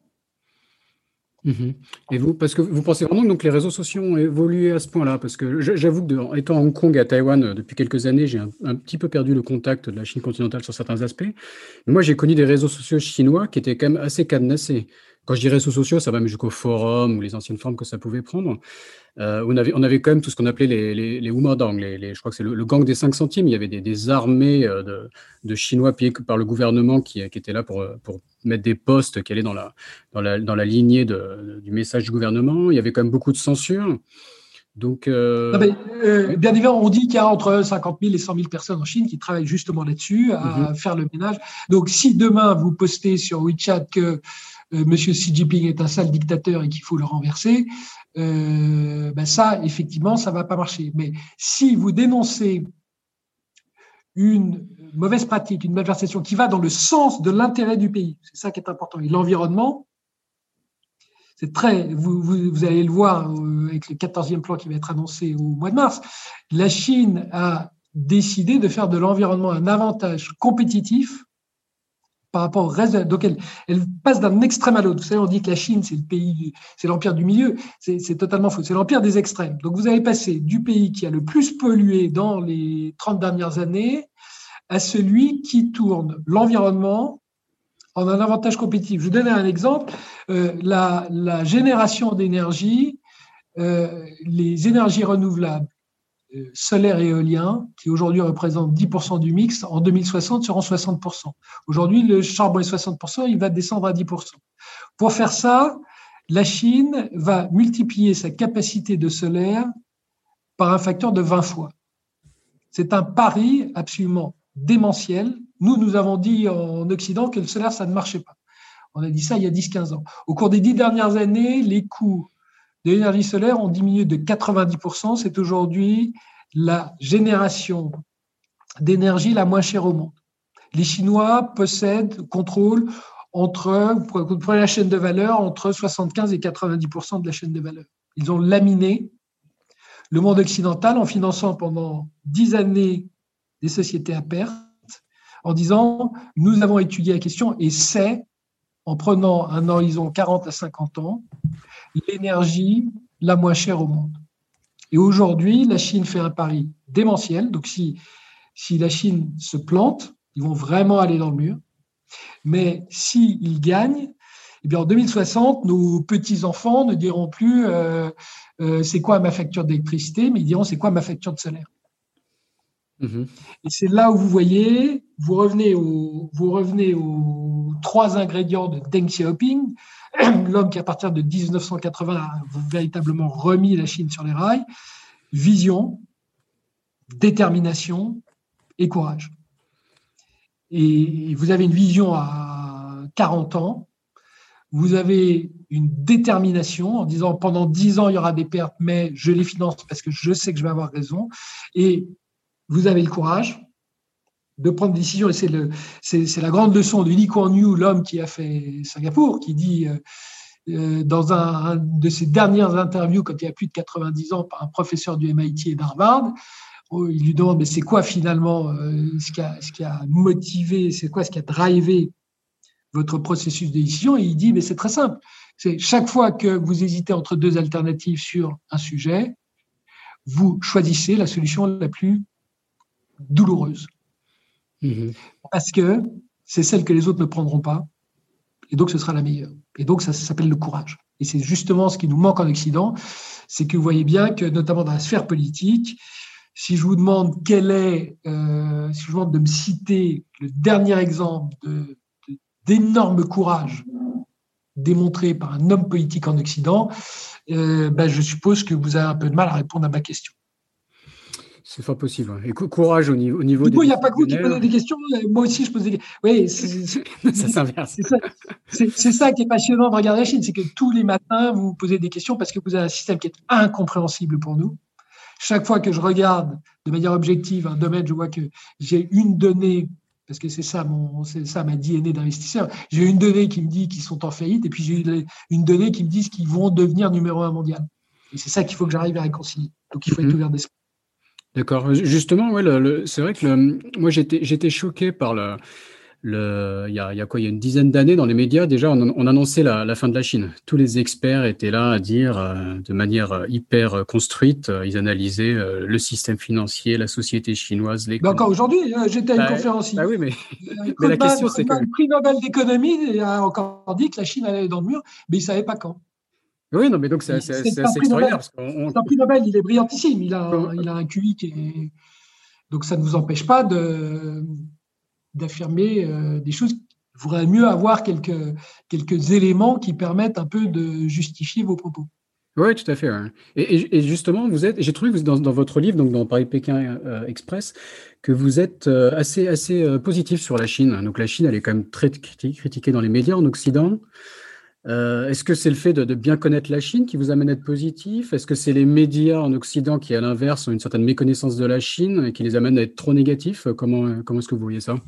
Et vous, parce que vous pensez vraiment que donc les réseaux sociaux ont évolué à ce point-là? Parce que j'avoue que étant à Hong Kong et à Taïwan depuis quelques années, j'ai un petit peu perdu le contact de la Chine continentale sur certains aspects. Mais moi, j'ai connu des réseaux sociaux chinois qui étaient quand même assez cadenassés. quand je dis réseaux sociaux, ça va même jusqu'au forum ou les anciennes formes que ça pouvait prendre. On avait quand même tout ce qu'on appelait les Wumadang, je crois que c'est le gang des 5 centimes. Il y avait des armées de Chinois payés par le gouvernement qui étaient là pour mettre des postes qui allaient dans la lignée du message du gouvernement. Il y avait quand même beaucoup de censure. Donc, oui. Bien évidemment, on dit qu'il y a entre 50 000 et 100 000 personnes en Chine qui travaillent justement là-dessus, à faire le ménage. Donc, si demain vous postez sur WeChat que M. Xi Jinping est un sale dictateur et qu'il faut le renverser, ça, effectivement, ça ne va pas marcher. Mais si vous dénoncez une mauvaise pratique, une malversation qui va dans le sens de l'intérêt du pays, c'est ça qui est important. Et l'environnement, c'est vous allez le voir avec le 14e plan qui va être annoncé au mois de mars. La Chine a décidé de faire de l'environnement un avantage compétitif par rapport au reste. Donc, elle passe d'un extrême à l'autre. Vous savez, on dit que la Chine, c'est l'empire du milieu. C'est totalement faux. C'est l'empire des extrêmes. Donc, vous allez passer du pays qui a le plus pollué dans les 30 dernières années à celui qui tourne l'environnement en un avantage compétitif. Je vous donne un exemple. La génération d'énergie, les énergies renouvelables, solaire et éolien, qui aujourd'hui représentent 10% du mix, en 2060 seront 60%. Aujourd'hui, le charbon est 60%, il va descendre à 10%. Pour faire ça, la Chine va multiplier sa capacité de solaire par un facteur de 20 fois. C'est un pari absolument démentiel. Nous avons dit en Occident que le solaire, ça ne marchait pas. On a dit ça il y a 10-15 ans. Au cours des 10 dernières années, les coûts de l'énergie solaire ont diminué de 90%. C'est aujourd'hui la génération d'énergie la moins chère au monde. Les Chinois contrôlent vous prenez la chaîne de valeur, entre 75 et 90% de la chaîne de valeur. Ils ont laminé le monde occidental en finançant pendant 10 années des sociétés à perte, en disant nous avons étudié la question et c'est, en prenant un horizon 40 à 50 ans, l'énergie la moins chère au monde. Et aujourd'hui, la Chine fait un pari démentiel. Donc, si la Chine se plante, ils vont vraiment aller dans le mur. Mais s'ils gagnent, eh bien, en 2060, nos petits-enfants ne diront plus c'est quoi ma facture d'électricité, mais ils diront c'est quoi ma facture de solaire. Et c'est là où vous voyez, vous revenez aux 3 ingrédients de Deng Xiaoping, l'homme qui, à partir de 1980, a véritablement remis la Chine sur les rails. Vision, détermination et courage. Et vous avez une vision à 40 ans, vous avez une détermination en disant pendant 10 ans, il y aura des pertes, mais je les finance parce que je sais que je vais avoir raison. Et vous avez le courage de prendre des décisions. Et c'est la grande leçon de Lee Kuan Yew, l'homme qui a fait Singapour, qui dit dans un de ses dernières interviews, quand il a plus de 90 ans, par un professeur du MIT et d'Harvard, il lui demande mais c'est quoi finalement ce qui a motivé, c'est quoi ce qui a drivé votre processus de décision, et il dit mais c'est très simple. C'est chaque fois que vous hésitez entre 2 alternatives sur un sujet, vous choisissez la solution la plus douloureuse. Parce que c'est celle que les autres ne prendront pas, et donc ce sera la meilleure. Et donc ça s'appelle le courage. Et c'est justement ce qui nous manque en Occident, c'est que vous voyez bien que, notamment dans la sphère politique, si je vous demande si je vous demande de me citer le dernier exemple d'énorme courage démontré par un homme politique en Occident, je suppose que vous avez un peu de mal à répondre à ma question. C'est fort possible. Et courage au niveau du coup, il n'y a pas que vous qui posez des questions. Moi aussi, je pose des questions. Oui, ça s'inverse. C'est ça qui est passionnant de regarder la Chine, c'est que tous les matins, vous vous posez des questions parce que vous avez un système qui est incompréhensible pour nous. Chaque fois que je regarde de manière objective un domaine, je vois que j'ai une donnée, parce que c'est ça ma DNA d'investisseur, j'ai une donnée qui me dit qu'ils sont en faillite, et puis j'ai une donnée qui me dit qu'ils vont devenir numéro 1 mondial. Et c'est ça qu'il faut que j'arrive à réconcilier. Donc il faut être ouvert d'esprit. D'accord. Justement, ouais, c'est vrai que moi j'étais choqué par il y a quoi, il y a une dizaine d'années dans les médias, déjà, on annonçait la fin de la Chine. Tous les experts étaient là à dire, de manière hyper construite, ils analysaient le système financier, la société chinoise, Mais encore l'économie. aujourd'hui, j'étais à une Bah, conférence bah hier. oui, mais la Krugman, question, c'est que, Krugman, prix Nobel d'économie, a encore dit que la Chine allait dans le mur, mais il ne savait pas quand. oui, non, mais donc Et c'est c'est un assez prix extraordinaire Nobel. parce C'est un prix Nobel, il est brillantissime. Il a un QI qui est. Donc ça ne vous empêche pas d'affirmer des choses. Il faudrait mieux avoir quelques éléments qui permettent un peu de justifier vos propos. oui, tout à fait. Ouais. Et justement, j'ai trouvé que dans votre livre, donc dans Paris-Pékin Express, que vous êtes assez positif sur la Chine. Donc la Chine, elle est quand même très critiquée dans les médias en Occident. Est-ce que c'est le fait de bien connaître la Chine qui vous amène à être positif? Est-ce que c'est les médias en Occident qui, à l'inverse, ont une certaine méconnaissance de la Chine et qui les amènent à être trop négatifs? Comment est-ce que vous voyez ça?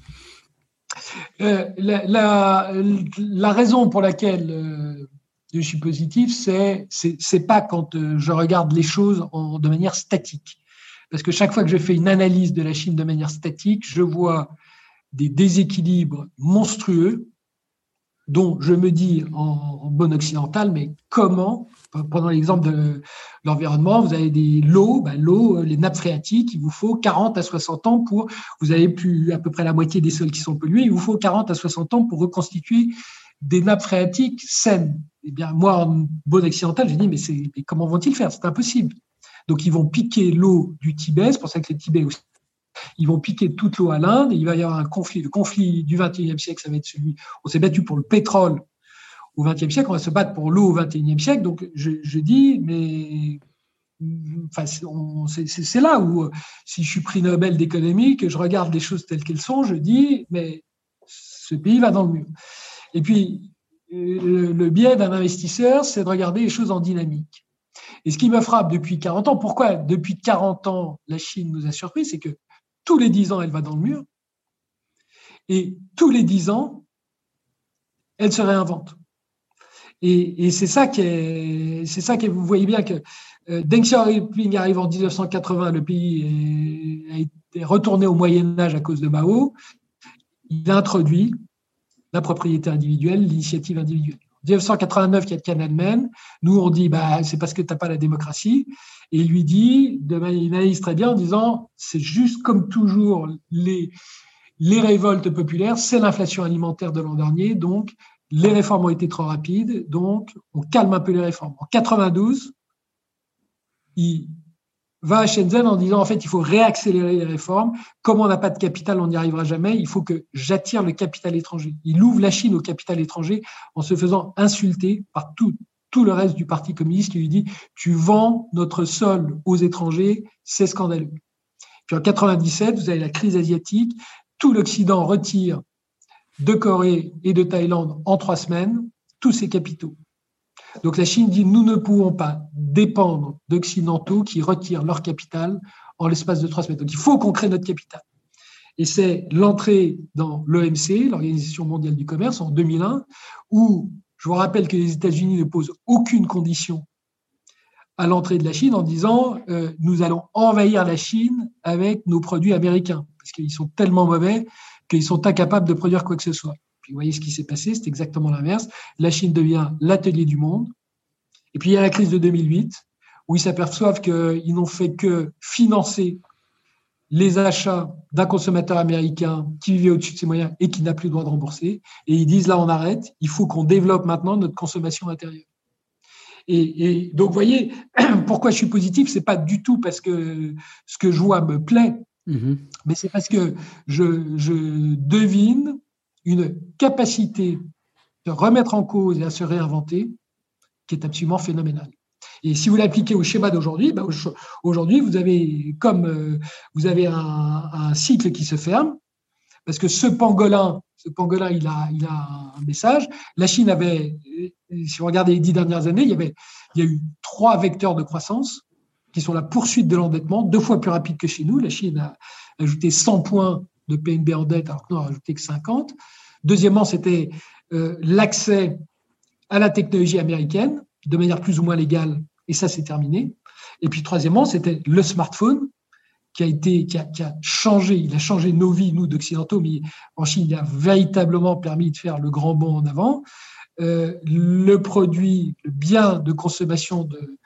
La raison pour laquelle je suis positif, c'est pas quand je regarde les choses de manière statique. Parce que chaque fois que je fais une analyse de la Chine de manière statique, je vois des déséquilibres monstrueux dont je me dis en bon occidental, mais comment, prenons l'exemple de l'environnement, vous avez l'eau, les nappes phréatiques, il vous faut 40 à 60 ans vous avez plus à peu près la moitié des sols qui sont pollués, il vous faut 40 à 60 ans pour reconstituer des nappes phréatiques saines. Eh bien, moi, en bon occidental, je dis, mais comment vont-ils faire? C'est impossible. Donc, ils vont piquer l'eau du Tibet, c'est pour ça que les Tibets aussi, ils vont piquer toute l'eau à l'Inde, et il va y avoir un conflit. Le conflit du XXIe siècle, ça va être celui, on s'est battu pour le pétrole au XXe siècle, on va se battre pour l'eau au XXIe siècle. Donc, je dis, mais enfin, c'est là où, si je suis prix Nobel d'économie, que je regarde les choses telles qu'elles sont, je dis, mais ce pays va dans le mur. Et puis, le biais d'un investisseur, c'est de regarder les choses en dynamique. Et ce qui me frappe depuis 40 ans, pourquoi depuis 40 ans la Chine nous a surpris, c'est que tous les 10 ans, elle va dans le mur, et tous les 10 ans, elle se réinvente. Et c'est ça vous voyez bien que Deng Xiaoping arrive en 1980, le pays a été retourné au Moyen-Âge à cause de Mao. Il a introduit la propriété individuelle, l'initiative individuelle. En 1989, il y a Tiananmen. Nous, on dit, c'est parce que tu n'as pas la démocratie. Et il lui dit, il analyse très bien en disant, c'est juste comme toujours les révoltes populaires, c'est l'inflation alimentaire de l'an dernier, donc les réformes ont été trop rapides, donc on calme un peu les réformes. En 92, il va à Shenzhen en disant, en fait, il faut réaccélérer les réformes. Comme on n'a pas de capital, on n'y arrivera jamais. Il faut que j'attire le capital étranger. Il ouvre la Chine au capital étranger en se faisant insulter par tout le reste du Parti communiste qui lui dit, tu vends notre sol aux étrangers, c'est scandaleux. Puis en 97, vous avez la crise asiatique. Tout l'Occident retire de Corée et de Thaïlande en 3 semaines tous ses capitaux. Donc la Chine dit, nous ne pouvons pas dépendre d'Occidentaux qui retirent leur capital en l'espace de 3 semaines. Donc il faut qu'on crée notre capital. Et c'est l'entrée dans l'OMC, l'Organisation mondiale du commerce, en 2001, où je vous rappelle que les États-Unis ne posent aucune condition à l'entrée de la Chine en disant nous allons envahir la Chine avec nos produits américains, parce qu'ils sont tellement mauvais qu'ils sont incapables de produire quoi que ce soit. Puis vous voyez ce qui s'est passé, c'est exactement l'inverse. La Chine devient l'atelier du monde. Et puis il y a la crise de 2008, où ils s'aperçoivent qu'ils n'ont fait que financer les achats d'un consommateur américain qui vivait au-dessus de ses moyens et qui n'a plus le droit de rembourser. Et ils disent là, on arrête, il faut qu'on développe maintenant notre consommation intérieure. Et donc, vous voyez, pourquoi je suis positif, c'est pas du tout parce que ce que je vois me plaît, mais c'est parce que je devine une capacité de remettre en cause et à se réinventer qui est absolument phénoménale. Et si vous l'appliquez au schéma d'aujourd'hui, aujourd'hui, vous avez un cycle qui se ferme, parce que ce pangolin, il a un message. La Chine avait, si vous regardez les 10 dernières années, il y a eu 3 vecteurs de croissance qui sont la poursuite de l'endettement, 2 fois plus rapide que chez nous. La Chine a ajouté 100 points de PNB en dette, alors que nous, on a ajouté que 50. Deuxièmement, c'était l'accès à la technologie américaine de manière plus ou moins légale, et ça, c'est terminé. Et puis, troisièmement, c'était le smartphone qui a changé, il a changé nos vies, nous d'occidentaux, mais en Chine, il a véritablement permis de faire le grand bond en avant. Le produit, le bien de consommation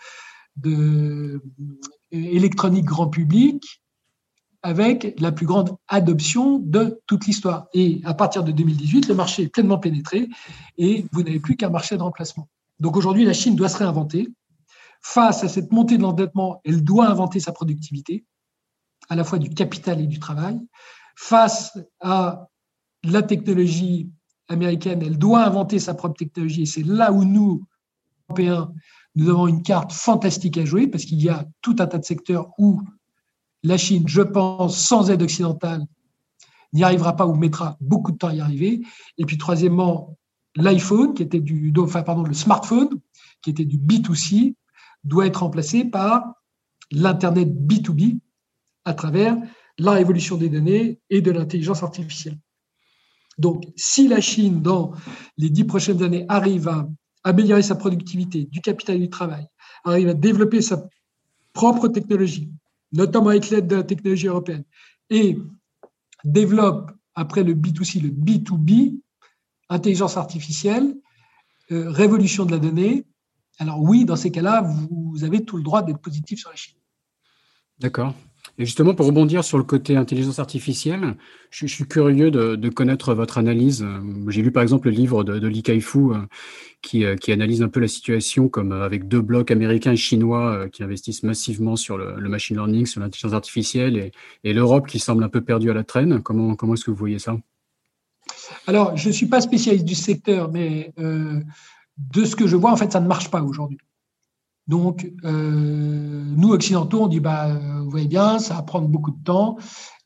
de électronique grand public, avec la plus grande adoption de toute l'histoire. Et à partir de 2018, le marché est pleinement pénétré et vous n'avez plus qu'un marché de remplacement. Donc aujourd'hui, la Chine doit se réinventer. Face à cette montée de l'endettement, elle doit inventer sa productivité, à la fois du capital et du travail. Face à la technologie américaine, elle doit inventer sa propre technologie. Et c'est là où nous, Européens, nous avons une carte fantastique à jouer, parce qu'il y a tout un tas de secteurs où la Chine, je pense, sans aide occidentale, n'y arrivera pas ou mettra beaucoup de temps à y arriver. Et puis, troisièmement, l'iPhone, le smartphone, qui était du B2C, doit être remplacé par l'Internet B2B à travers la révolution des données et de l'intelligence artificielle. Donc, si la Chine, dans les 10 prochaines années, arrive à améliorer sa productivité, du capital et du travail, arrive à développer sa propre technologie, notamment avec l'aide de la technologie européenne, et développe, après le B2C, le B2B, intelligence artificielle, révolution de la donnée, alors oui, dans ces cas-là, vous avez tout le droit d'être positif sur la Chine. D'accord. Et justement, pour rebondir sur le côté intelligence artificielle, je suis curieux de connaître votre analyse. J'ai lu par exemple le livre de Li Kai-Fu qui analyse un peu la situation comme avec deux blocs américains et chinois qui investissent massivement sur le machine learning, sur l'intelligence artificielle et l'Europe qui semble un peu perdue à la traîne. Comment est-ce que vous voyez ça? Alors, je ne suis pas spécialiste du secteur, mais de ce que je vois, en fait, ça ne marche pas aujourd'hui. Donc, nous, occidentaux, on dit, vous voyez bien, ça va prendre beaucoup de temps,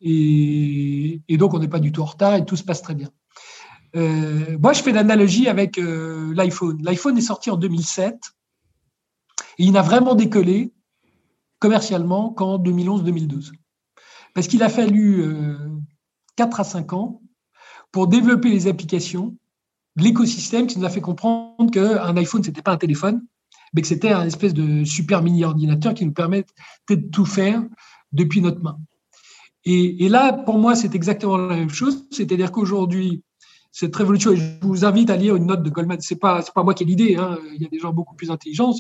et donc on n'est pas du tout en retard, et tout se passe très bien. Moi, je fais l'analogie avec l'iPhone. L'iPhone est sorti en 2007, et il n'a vraiment décollé commercialement qu'en 2011-2012. Parce qu'il a fallu 4 à 5 ans pour développer les applications, l'écosystème qui nous a fait comprendre qu'un iPhone, ce n'était pas un téléphone, mais que c'était un espèce de super mini-ordinateur qui nous permettait de tout faire depuis notre main. Et là, pour moi, c'est exactement la même chose. C'est-à-dire qu'aujourd'hui, cette révolution, et je vous invite à lire une note de Goldman, c'est pas moi qui ai l'idée, hein, il y a des gens beaucoup plus intelligents,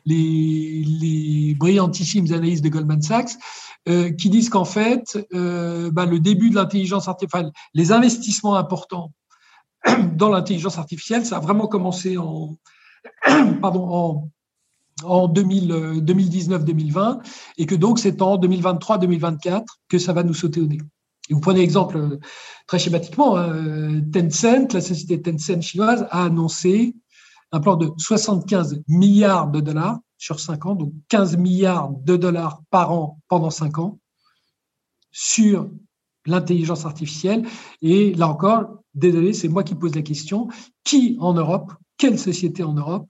les brillantissimes analyses de Goldman Sachs, qui disent qu'en fait, le début de l'intelligence artificielle, les investissements importants dans l'intelligence artificielle, ça a vraiment commencé en 2019-2020, et que donc c'est en 2023-2024 que ça va nous sauter au nez. Et vous prenez l'exemple très schématiquement, Tencent, la société Tencent chinoise, a annoncé un plan de 75 milliards de dollars sur 5 ans, donc 15 milliards de dollars par an pendant 5 ans, sur l'intelligence artificielle. Et là encore, désolé, c'est moi qui pose la question, qui en Europe, quelle société en Europe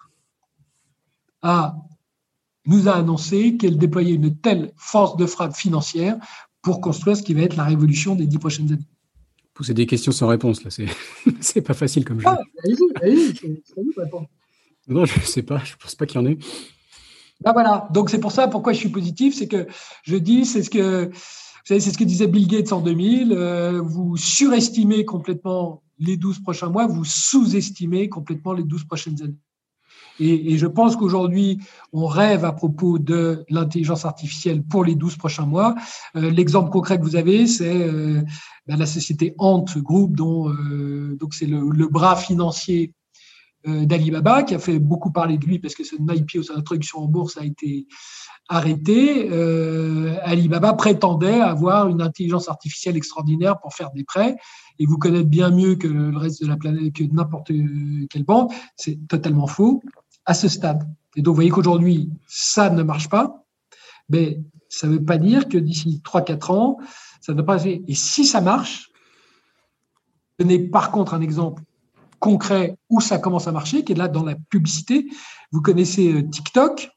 nous a annoncé qu'elle déployait une telle force de frappe financière pour construire ce qui va être la révolution des 10 prochaines années? Poser des questions sans réponse, là, c'est pas facile comme jeu. Allez-y, c'est à vous de répondre. Non, je ne sais pas, je ne pense pas qu'il y en ait. Voilà, donc c'est pour ça pourquoi je suis positif, c'est que je dis, c'est ce que disait Bill Gates en 2000, vous surestimez complètement les 12 prochains mois, vous sous-estimez complètement les 12 prochaines années. Et je pense qu'aujourd'hui, on rêve à propos de l'intelligence artificielle pour les 12 prochains mois. L'exemple concret que vous avez, c'est la société Ant Group, donc c'est le bras financier d'Alibaba, qui a fait beaucoup parler de lui parce que son IPO, son introduction en bourse, a été arrêté. Alibaba prétendait avoir une intelligence artificielle extraordinaire pour faire des prêts, et vous connaissez bien mieux que le reste de la planète, que n'importe quelle banque. C'est totalement faux à ce stade. Et donc, vous voyez qu'aujourd'hui, ça ne marche pas, mais ça ne veut pas dire que d'ici 3-4 ans, ça ne va pas. Et si ça marche, je donner par contre un exemple concret où ça commence à marcher, qui est là dans la publicité. Vous connaissez TikTok,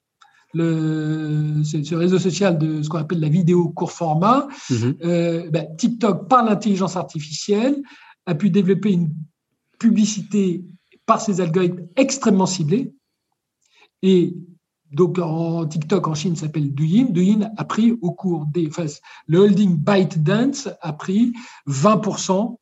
ce réseau social de ce qu'on appelle la vidéo court format. TikTok, par l'intelligence artificielle, a pu développer une publicité par ses algorithmes extrêmement ciblés. Et donc en TikTok en Chine s'appelle Douyin. Douyin a pris au cours le holding ByteDance a pris 20%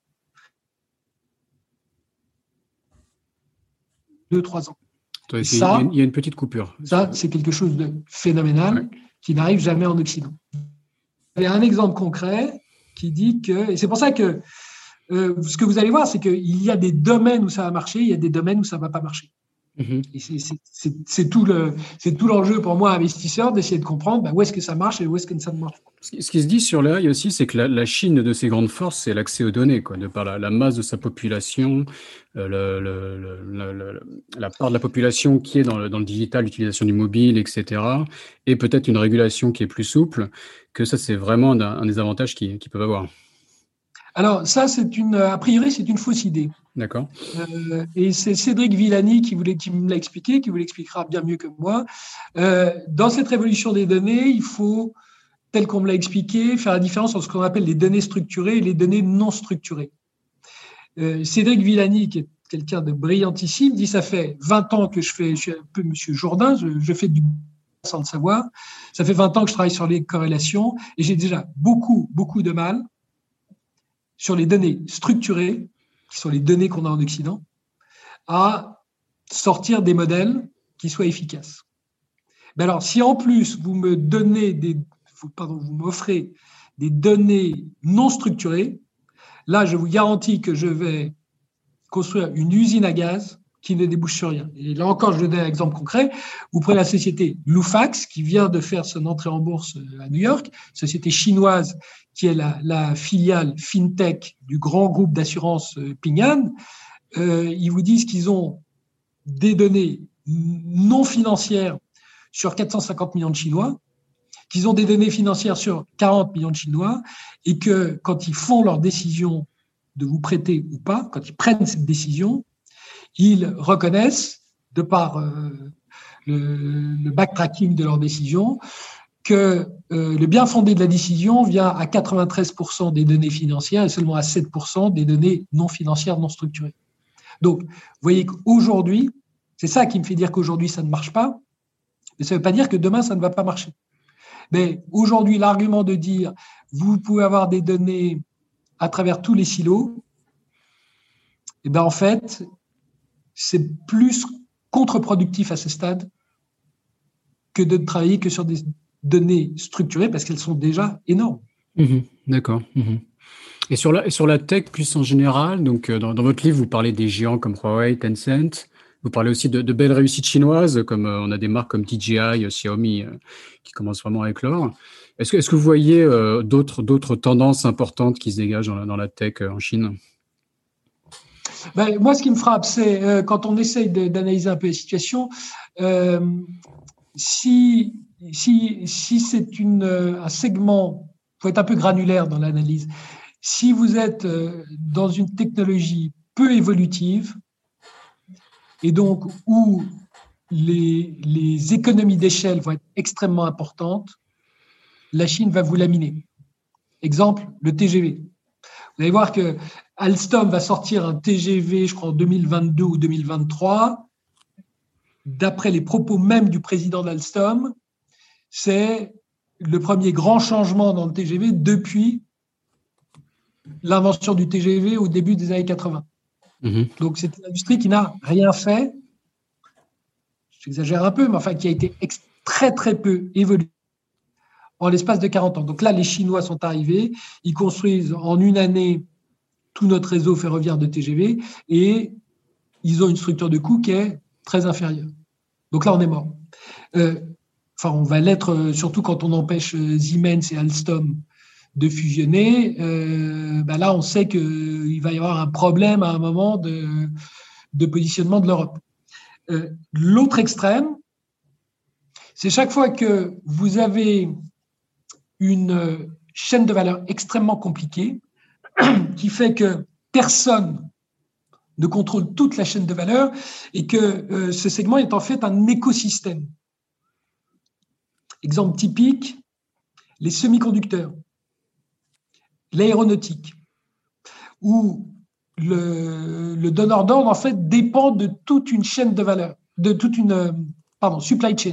2-3 ans. Et il y a une petite coupure. Ça, c'est quelque chose de phénoménal qui n'arrive jamais en Occident. Il y a un exemple concret qui dit que, et c'est pour ça que ce que vous allez voir, c'est qu'il y a des domaines où ça va marcher, il y a des domaines où ça ne va pas marcher. Et c'est tout l'enjeu pour moi, investisseur, d'essayer de comprendre où est-ce que ça marche et où est-ce que ça ne marche pas. Ce qui se dit sur l'AI aussi, c'est que la Chine, de ses grandes forces, c'est l'accès aux données, de par la masse de sa population, la part de la population qui est dans le digital, l'utilisation du mobile, etc. Et peut-être une régulation qui est plus souple, que ça, c'est vraiment un des avantages qu'ils peuvent avoir. Alors ça, a priori, c'est une fausse idée. D'accord. Et c'est Cédric Villani qui me l'a expliqué, qui vous l'expliquera bien mieux que moi. Dans cette révolution des données, il faut, tel qu'on me l'a expliqué, faire la différence entre ce qu'on appelle les données structurées et les données non structurées. Cédric Villani, qui est quelqu'un de brillantissime, dit ça fait 20 ans que je suis un peu Monsieur Jourdain, je fais du sans le savoir. Ça fait 20 ans que je travaille sur les corrélations et j'ai déjà beaucoup de mal sur les données structurées, qui sont les données qu'on a en Occident, à sortir des modèles qui soient efficaces. Mais alors, si en plus vous m'offrez des données non structurées, là, je vous garantis que je vais construire une usine à gaz qui ne débouche sur rien. Et là encore, je donne un exemple concret. Vous prenez la société Lufax, qui vient de faire son entrée en bourse à New York, société chinoise qui est la filiale FinTech du grand groupe d'assurance Ping An. Ils vous disent qu'ils ont des données non financières sur 450 millions de Chinois, qu'ils ont des données financières sur 40 millions de Chinois, et que quand ils font leur décision de vous prêter ou pas, quand ils prennent cette décision, ils reconnaissent, de par le backtracking de leur décision, que le bien fondé de la décision vient à 93% des données financières et seulement à 7% des données non financières, non structurées. Donc, vous voyez qu'aujourd'hui, c'est ça qui me fait dire qu'aujourd'hui, ça ne marche pas, mais ça ne veut pas dire que demain, ça ne va pas marcher. Mais aujourd'hui, l'argument de dire vous pouvez avoir des données à travers tous les silos, eh bien, en fait, c'est plus contre-productif à ce stade que de travailler que sur des données structurées parce qu'elles sont déjà énormes. D'accord. Et sur la tech plus en général, donc dans votre livre, vous parlez des géants comme Huawei, Tencent. Vous parlez aussi de belles réussites chinoises, comme on a des marques comme DJI, Xiaomi, qui commencent vraiment à éclore. Est-ce que vous voyez d'autres tendances importantes qui se dégagent dans la tech en Chine ? Moi, ce qui me frappe, c'est quand on essaye d'analyser un peu la situation, si c'est un segment, il faut être un peu granulaire dans l'analyse. Si vous êtes dans une technologie peu évolutive, et donc où les économies d'échelle vont être extrêmement importantes, la Chine va vous laminer. Exemple, le TGV. Vous allez voir que Alstom va sortir un TGV, je crois, en 2022 ou 2023. D'après les propos même du président d'Alstom, c'est le premier grand changement dans le TGV depuis l'invention du TGV au début des années 80. Donc, c'est une industrie qui n'a rien fait, j'exagère un peu, mais enfin, qui a été très, très peu évoluée en l'espace de 40 ans. Donc là, les Chinois sont arrivés, ils construisent en une année tout notre réseau ferroviaire de TGV et ils ont une structure de coût qui est très inférieure. Donc là, on est mort. On va l'être surtout quand on empêche Siemens et Alstom de fusionner. Là, on sait qu'il va y avoir un problème à un moment de positionnement de l'Europe. L'autre extrême, c'est chaque fois que vous avez une chaîne de valeur extrêmement compliquée qui fait que personne ne contrôle toute la chaîne de valeur et que ce segment est en fait un écosystème. Exemple typique, les semi-conducteurs, l'aéronautique, où le donneur d'ordre en fait dépend de toute une chaîne de valeur, de toute une supply chain.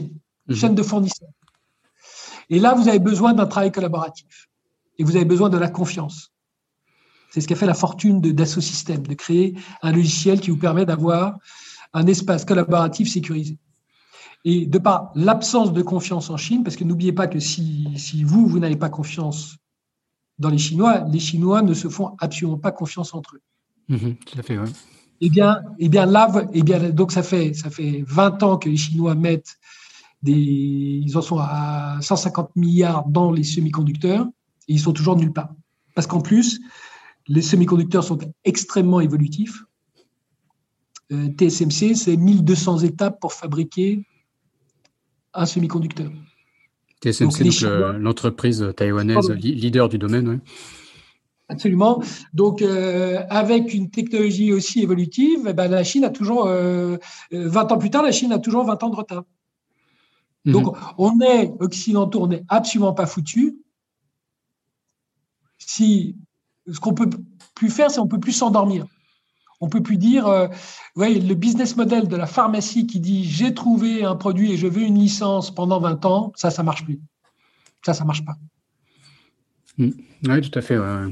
chaîne de fournisseurs. Et là, vous avez besoin d'un travail collaboratif. Et vous avez besoin de la confiance. C'est ce qu'a fait la fortune de Dassault Systèmes, de créer un logiciel qui vous permet d'avoir un espace collaboratif sécurisé. Et de par l'absence de confiance en Chine, parce que n'oubliez pas que si vous n'avez pas confiance dans les Chinois ne se font absolument pas confiance entre eux. Tout à fait, ouais. Donc ça fait 20 ans que les Chinois mettent ils en sont à 150 milliards dans les semi-conducteurs et ils sont toujours nulle part. Parce qu'en plus, les semi-conducteurs sont extrêmement évolutifs. TSMC, c'est 1200 étapes pour fabriquer un semi-conducteur. TSMC, donc l'entreprise taïwanaise leader du domaine. Ouais. Absolument. Donc, avec une technologie aussi évolutive, la Chine a toujours, 20 ans plus tard, la Chine a toujours 20 ans de retard. Donc, on est occidentaux, on n'est absolument pas foutus. Ce qu'on peut plus faire, c'est on peut plus s'endormir. On peut plus dire, le business model de la pharmacie qui dit j'ai trouvé un produit et je veux une licence pendant 20 ans, ça marche plus. Ça marche pas. Oui, tout à fait. Ouais.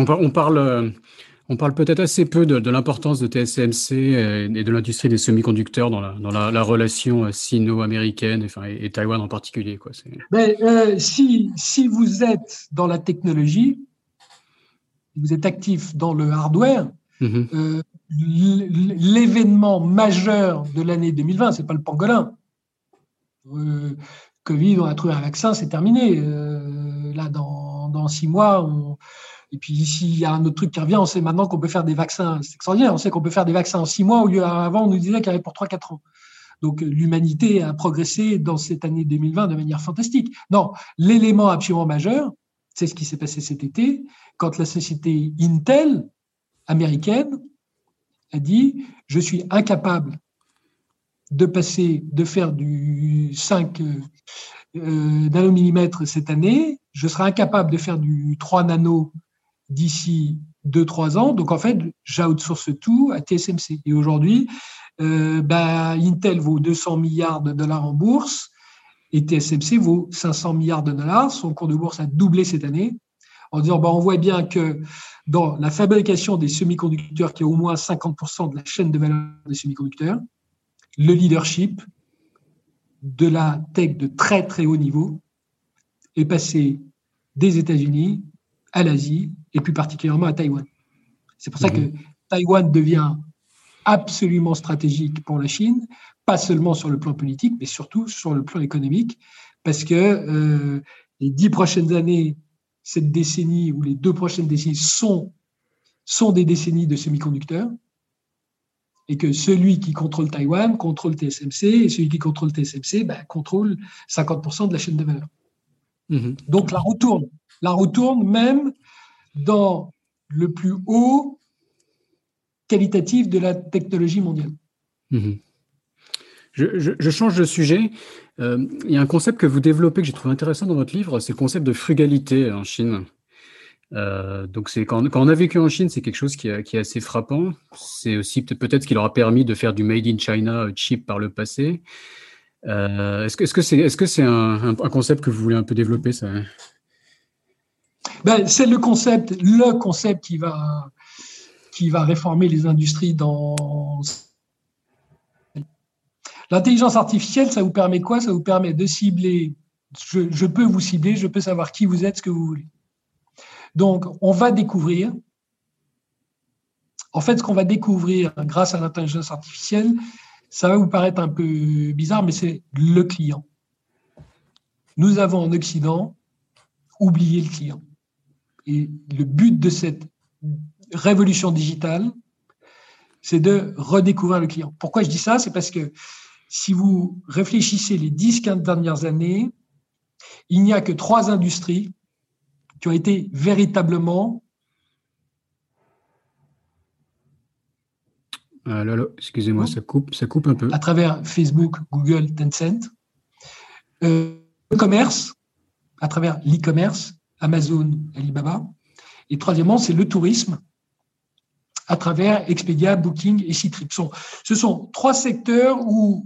On parle peut-être assez peu de l'importance de TSMC et de l'industrie des semi-conducteurs dans la relation sino-américaine et Taïwan en particulier. Quoi. Si vous êtes dans la technologie, vous êtes actif dans le hardware, l'événement majeur de l'année 2020, c'est pas le pangolin. Covid, on a trouvé un vaccin, c'est terminé. Là, dans 6 mois, et puis s'il y a un autre truc qui revient, on sait maintenant qu'on peut faire des vaccins. C'est extraordinaire, on sait qu'on peut faire des vaccins en 6 mois, au lieu avant, on nous disait qu'il y avait pour 3-4 ans. Donc, l'humanité a progressé dans cette année 2020 de manière fantastique. Non, l'élément absolument majeur, c'est ce qui s'est passé cet été, quand la société Intel américaine a dit « Je suis incapable de faire du 5 nanomillimètres cette année, je serai incapable de faire du 3 nano d'ici 2-3 ans, donc en fait, j'outsource tout à TSMC. » Et aujourd'hui, Intel vaut 200 milliards de dollars en bourse et TSMC vaut 500 milliards de dollars. Son cours de bourse a doublé cette année. En disant, on voit bien que dans la fabrication des semi-conducteurs, qui est au moins 50% de la chaîne de valeur des semi-conducteurs, le leadership de la tech de très très haut niveau est passé des États-Unis à l'Asie et plus particulièrement à Taïwan. C'est pour ça que Taïwan devient absolument stratégique pour la Chine, pas seulement sur le plan politique, mais surtout sur le plan économique, parce que les 10 prochaines années, cette décennie ou les 2 prochaines décennies sont des décennies de semi-conducteurs, et que celui qui contrôle Taïwan contrôle TSMC, et celui qui contrôle TSMC contrôle 50% de la chaîne de valeur. Donc la roue tourne même dans le plus haut qualitatif de la technologie mondiale. Je change de sujet. Il y a un concept que vous développez que j'ai trouvé intéressant dans votre livre, c'est le concept de frugalité en Chine. Donc quand on a vécu en Chine, c'est quelque chose qui est assez frappant. C'est aussi peut-être ce qui leur a permis de faire du made in China cheap par le passé. Est-ce que c'est un concept que vous voulez un peu développer, ça? C'est le concept qui va réformer les industries dans... L'intelligence artificielle, ça vous permet quoi? Ça vous permet de cibler. Je peux vous cibler, je peux savoir qui vous êtes, ce que vous voulez. Donc, on va découvrir. En fait, ce qu'on va découvrir grâce à l'intelligence artificielle, ça va vous paraître un peu bizarre, mais c'est le client. Nous avons en Occident oublié le client. Et le but de cette révolution digitale, c'est de redécouvrir le client. Pourquoi je dis ça? C'est parce que si vous réfléchissez les 10-15 dernières années, il n'y a que 3 industries qui ont été véritablement... Excusez-moi, ça coupe un peu. À travers Facebook, Google, Tencent. Le commerce, à travers l'e-commerce, Amazon, Alibaba. Et troisièmement, c'est le tourisme, à travers Expedia, Booking et Ctrip. Ce sont 3 secteurs où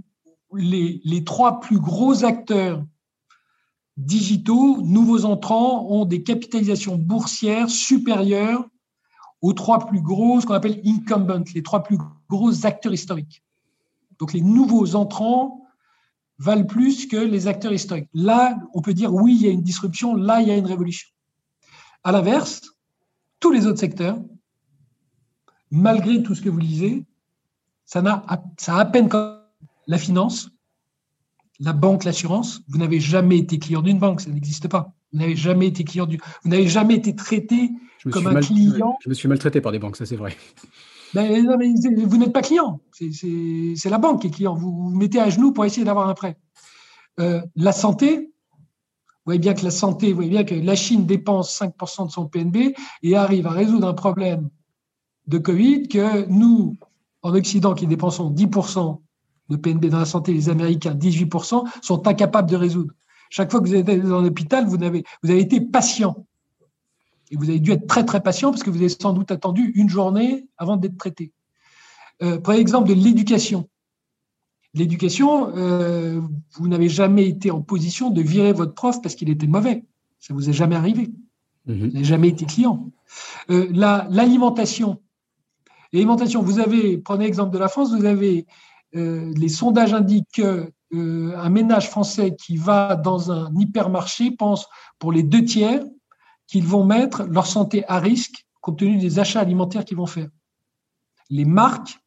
les trois plus gros acteurs digitaux, nouveaux entrants, ont des capitalisations boursières supérieures aux trois plus gros, ce qu'on appelle incumbents, les trois plus gros acteurs historiques. Donc les nouveaux entrants valent plus que les acteurs historiques. Là, on peut dire oui, il y a une disruption, là, il y a une révolution. À l'inverse, tous les autres secteurs, malgré tout ce que vous lisez, ça a à peine comme la finance, la banque, l'assurance. Vous n'avez jamais été client d'une banque, ça n'existe pas. Vous n'avez jamais été vous n'avez jamais été traité comme un client. Je me suis maltraité par des banques, ça c'est vrai. Ben, non, mais vous n'êtes pas client, c'est la banque qui est client. Vous vous mettez à genoux pour essayer d'avoir un prêt. La santé, vous voyez bien que la Chine dépense 5% de son PNB et arrive à résoudre un problème de Covid que nous, en Occident, qui dépensons 10% de PNB dans la santé, les Américains 18%, sont incapables de résoudre. Chaque fois que vous êtes dans l'hôpital, vous avez été patient. Et vous avez dû être très, très patient parce que vous avez sans doute attendu une journée avant d'être traité. Prenez l'exemple de l'éducation. L'éducation, vous n'avez jamais été en position de virer votre prof parce qu'il était mauvais. Ça ne vous est jamais arrivé. Vous n'avez jamais été client. L'alimentation. L'alimentation, prenez l'exemple de la France, vous avez, les sondages indiquent qu'un ménage français qui va dans un hypermarché pense pour les 2/3 qu'ils vont mettre leur santé à risque compte tenu des achats alimentaires qu'ils vont faire. Les marques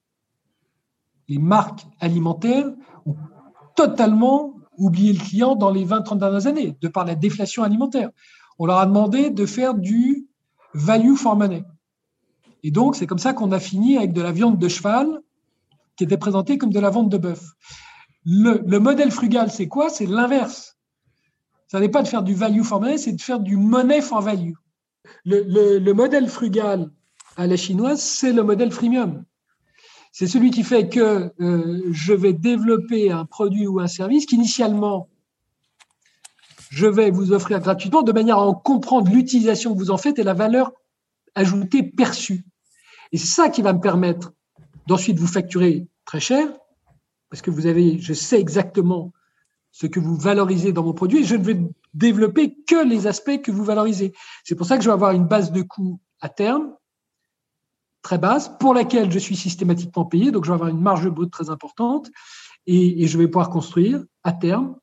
alimentaires ont totalement oublié le client dans les 20-30 dernières années, de par la déflation alimentaire. On leur a demandé de faire du value for money. Et donc, c'est comme ça qu'on a fini avec de la viande de cheval qui était présentée comme de la viande de bœuf. Le modèle frugal, c'est quoi? C'est l'inverse. Ça n'est pas de faire du value for money, c'est de faire du money for value. Le modèle frugal à la chinoise, c'est le modèle freemium. C'est celui qui fait que je vais développer un produit ou un service qu'initialement, je vais vous offrir gratuitement de manière à en comprendre l'utilisation que vous en faites et la valeur ajoutée perçue. Et c'est ça qui va me permettre d'ensuite vous facturer très cher, parce que je sais exactement ce que vous valorisez dans mon produit et je ne vais développer que les aspects que vous valorisez. C'est pour ça que je vais avoir une base de coûts à terme très basse, pour laquelle je suis systématiquement payé, donc je vais avoir une marge brute très importante et je vais pouvoir construire à terme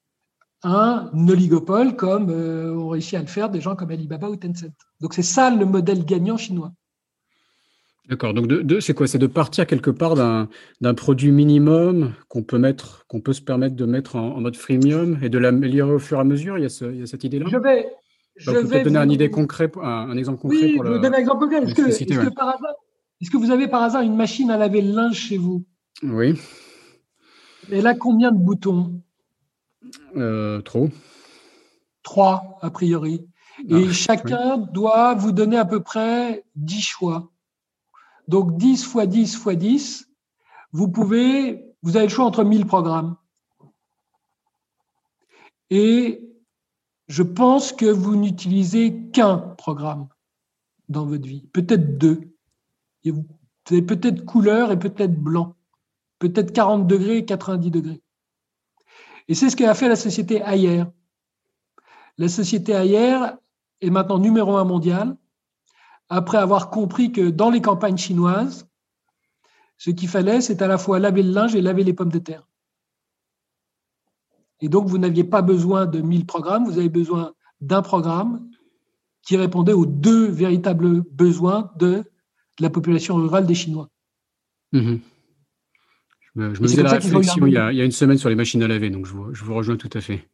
un oligopole comme ont réussi à le faire des gens comme Alibaba ou Tencent. Donc c'est ça le modèle gagnant chinois. D'accord. Donc c'est quoi? C'est de partir quelque part d'un produit minimum qu'on peut se permettre de mettre en mode freemium et de l'améliorer au fur et à mesure. Il y a cette idée-là. Je vais peut-être donner un exemple concret pour je vais donner un exemple concret. Est-ce que vous avez par hasard une machine à laver le linge chez vous? Oui. Elle a combien de boutons? Trop. 3, a priori. Et chacun doit vous donner à peu près 10 choix. Donc 10 fois 10 fois 10, vous avez le choix entre 1000 programmes. Et je pense que vous n'utilisez qu'un programme dans votre vie, peut-être 2. Et vous avez peut-être couleur et peut-être blanc, peut-être 40 degrés et 90 degrés. Et c'est ce qu'a fait la société Haier. La société Haier est maintenant numéro 1 mondial, après avoir compris que dans les campagnes chinoises, ce qu'il fallait, c'est à la fois laver le linge et laver les pommes de terre. Et donc, vous n'aviez pas besoin de 1000 programmes, vous avez besoin d'un programme qui répondait aux 2 véritables besoins de la population rurale des Chinois. Mmh. Je me faisais la réflexion il y a une semaine sur les machines à laver, donc je vous rejoins tout à fait.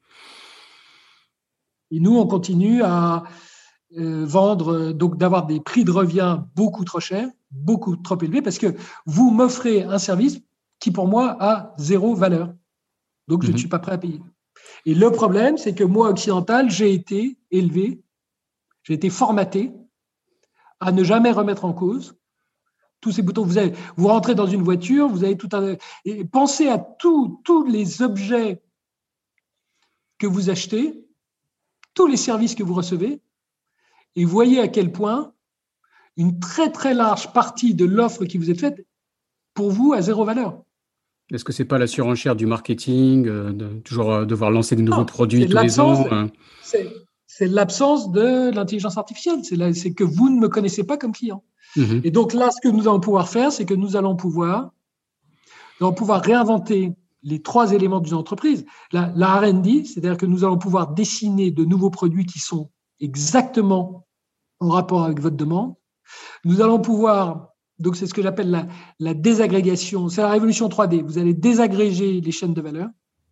Et nous, on continue à vendre, donc d'avoir des prix de revient beaucoup trop chers, beaucoup trop élevés, parce que vous m'offrez un service qui, pour moi, a 0 valeur. Donc, je ne suis pas prêt à payer. Et le problème, c'est que moi, occidental, j'ai été élevé, j'ai été formaté à ne jamais remettre en cause tous ces boutons. Vous rentrez dans une voiture, vous avez tout un... Et pensez à tous les objets que vous achetez, tous les services que vous recevez, et voyez à quel point une très, très large partie de l'offre qui vous est faite, pour vous, a 0 valeur. Est-ce que c'est pas la surenchère du marketing, de toujours devoir lancer de nouveaux Non, produits c'est tous les ans c'est l'absence de l'intelligence artificielle. C'est que vous ne me connaissez pas comme client. Mhm. Et donc là, ce que nous allons pouvoir faire, c'est que nous allons pouvoir réinventer les trois éléments d'une entreprise. La R&D, c'est-à-dire que nous allons pouvoir dessiner de nouveaux produits qui sont exactement en rapport avec votre demande. Nous allons pouvoir, donc c'est ce que j'appelle la désagrégation, c'est la révolution 3D. Vous allez désagréger les chaînes de valeur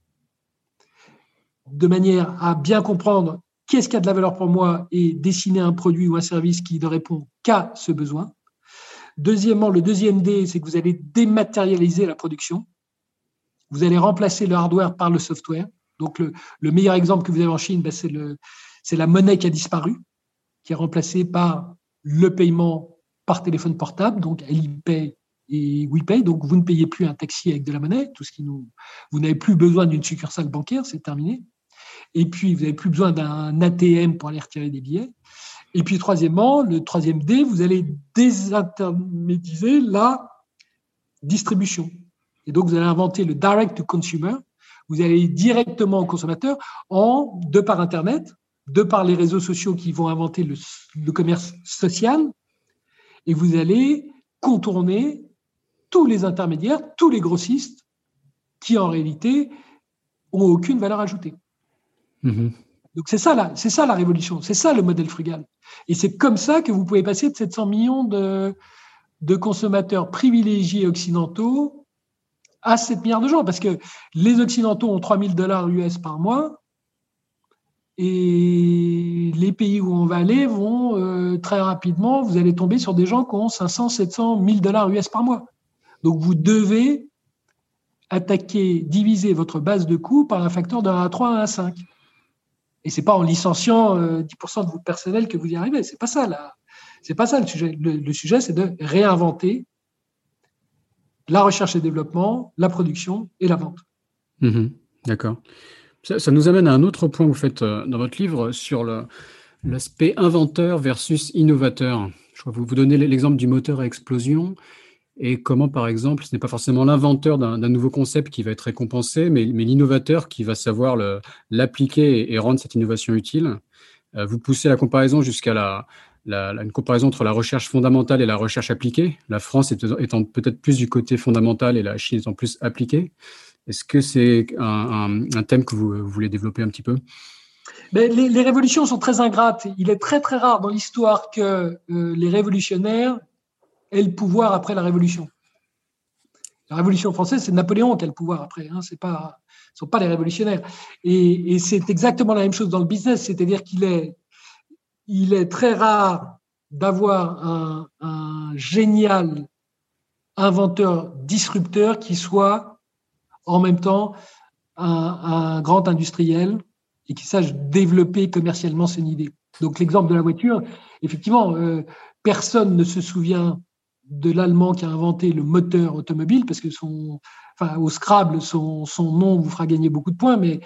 de manière à bien comprendre qu'est-ce qui a de la valeur pour moi et dessiner un produit ou un service qui ne répond qu'à ce besoin. Deuxièmement, le deuxième D, c'est que vous allez dématérialiser la production. Vous allez remplacer le hardware par le software. Donc, le meilleur exemple que vous avez en Chine, ben, c'est la monnaie qui a disparu, qui est remplacée par le paiement par téléphone portable, donc Alipay et WePay. Donc, vous ne payez plus un taxi avec de la monnaie. Vous n'avez plus besoin d'une succursale bancaire, c'est terminé. Et puis, vous n'avez plus besoin d'un ATM pour aller retirer des billets. Et puis, troisièmement, le troisième D, vous allez désintermédiser la distribution. Et donc, vous allez inventer le direct to consumer. Vous allez directement au consommateur de par Internet, de par les réseaux sociaux qui vont inventer le commerce social. Et vous allez contourner tous les intermédiaires, tous les grossistes qui, en réalité, n'ont aucune valeur ajoutée. Mhm. Donc, c'est ça la révolution. C'est ça le modèle frugal. Et c'est comme ça que vous pouvez passer de 700 millions de consommateurs privilégiés occidentaux à 7 milliards de gens. Parce que les Occidentaux ont 3 000 $ US par mois et les pays où on va aller vont très rapidement, vous allez tomber sur des gens qui ont 500, 700, 1000 $ US par mois. Donc, vous devez diviser votre base de coûts par un facteur de 1 à 3, 1 à 5. Et ce n'est pas en licenciant 10% de votre personnel que vous y arrivez. Ce n'est pas ça, là. C'est pas ça le sujet. Le sujet, c'est de réinventer la recherche et développement, la production et la vente. Mhm. D'accord. Ça nous amène à un autre point que vous faites dans votre livre sur l'aspect inventeur versus innovateur. Je crois que vous donnez l'exemple du moteur à explosion et comment, par exemple, ce n'est pas forcément l'inventeur d'un nouveau concept qui va être récompensé, mais l'innovateur qui va savoir l'appliquer et rendre cette innovation utile. Vous poussez la comparaison jusqu'à une comparaison entre la recherche fondamentale et la recherche appliquée, la France étant peut-être plus du côté fondamental et la Chine étant plus appliquée. Est-ce que c'est un thème que vous voulez développer un petit peu? Mais les révolutions sont très ingrates. Il est très très rare dans l'histoire que les révolutionnaires aient le pouvoir après la Révolution. La Révolution française, c'est Napoléon qui a le pouvoir après. Hein, ce ne sont pas les révolutionnaires. Et c'est exactement la même chose dans le business, c'est-à-dire qu'il est très rare d'avoir un génial inventeur disrupteur qui soit en même temps un grand industriel et qui sache développer commercialement son idée. Donc l'exemple de la voiture, effectivement, personne ne se souvient de l'Allemand qui a inventé le moteur automobile parce que au Scrabble, son nom vous fera gagner beaucoup de points, mais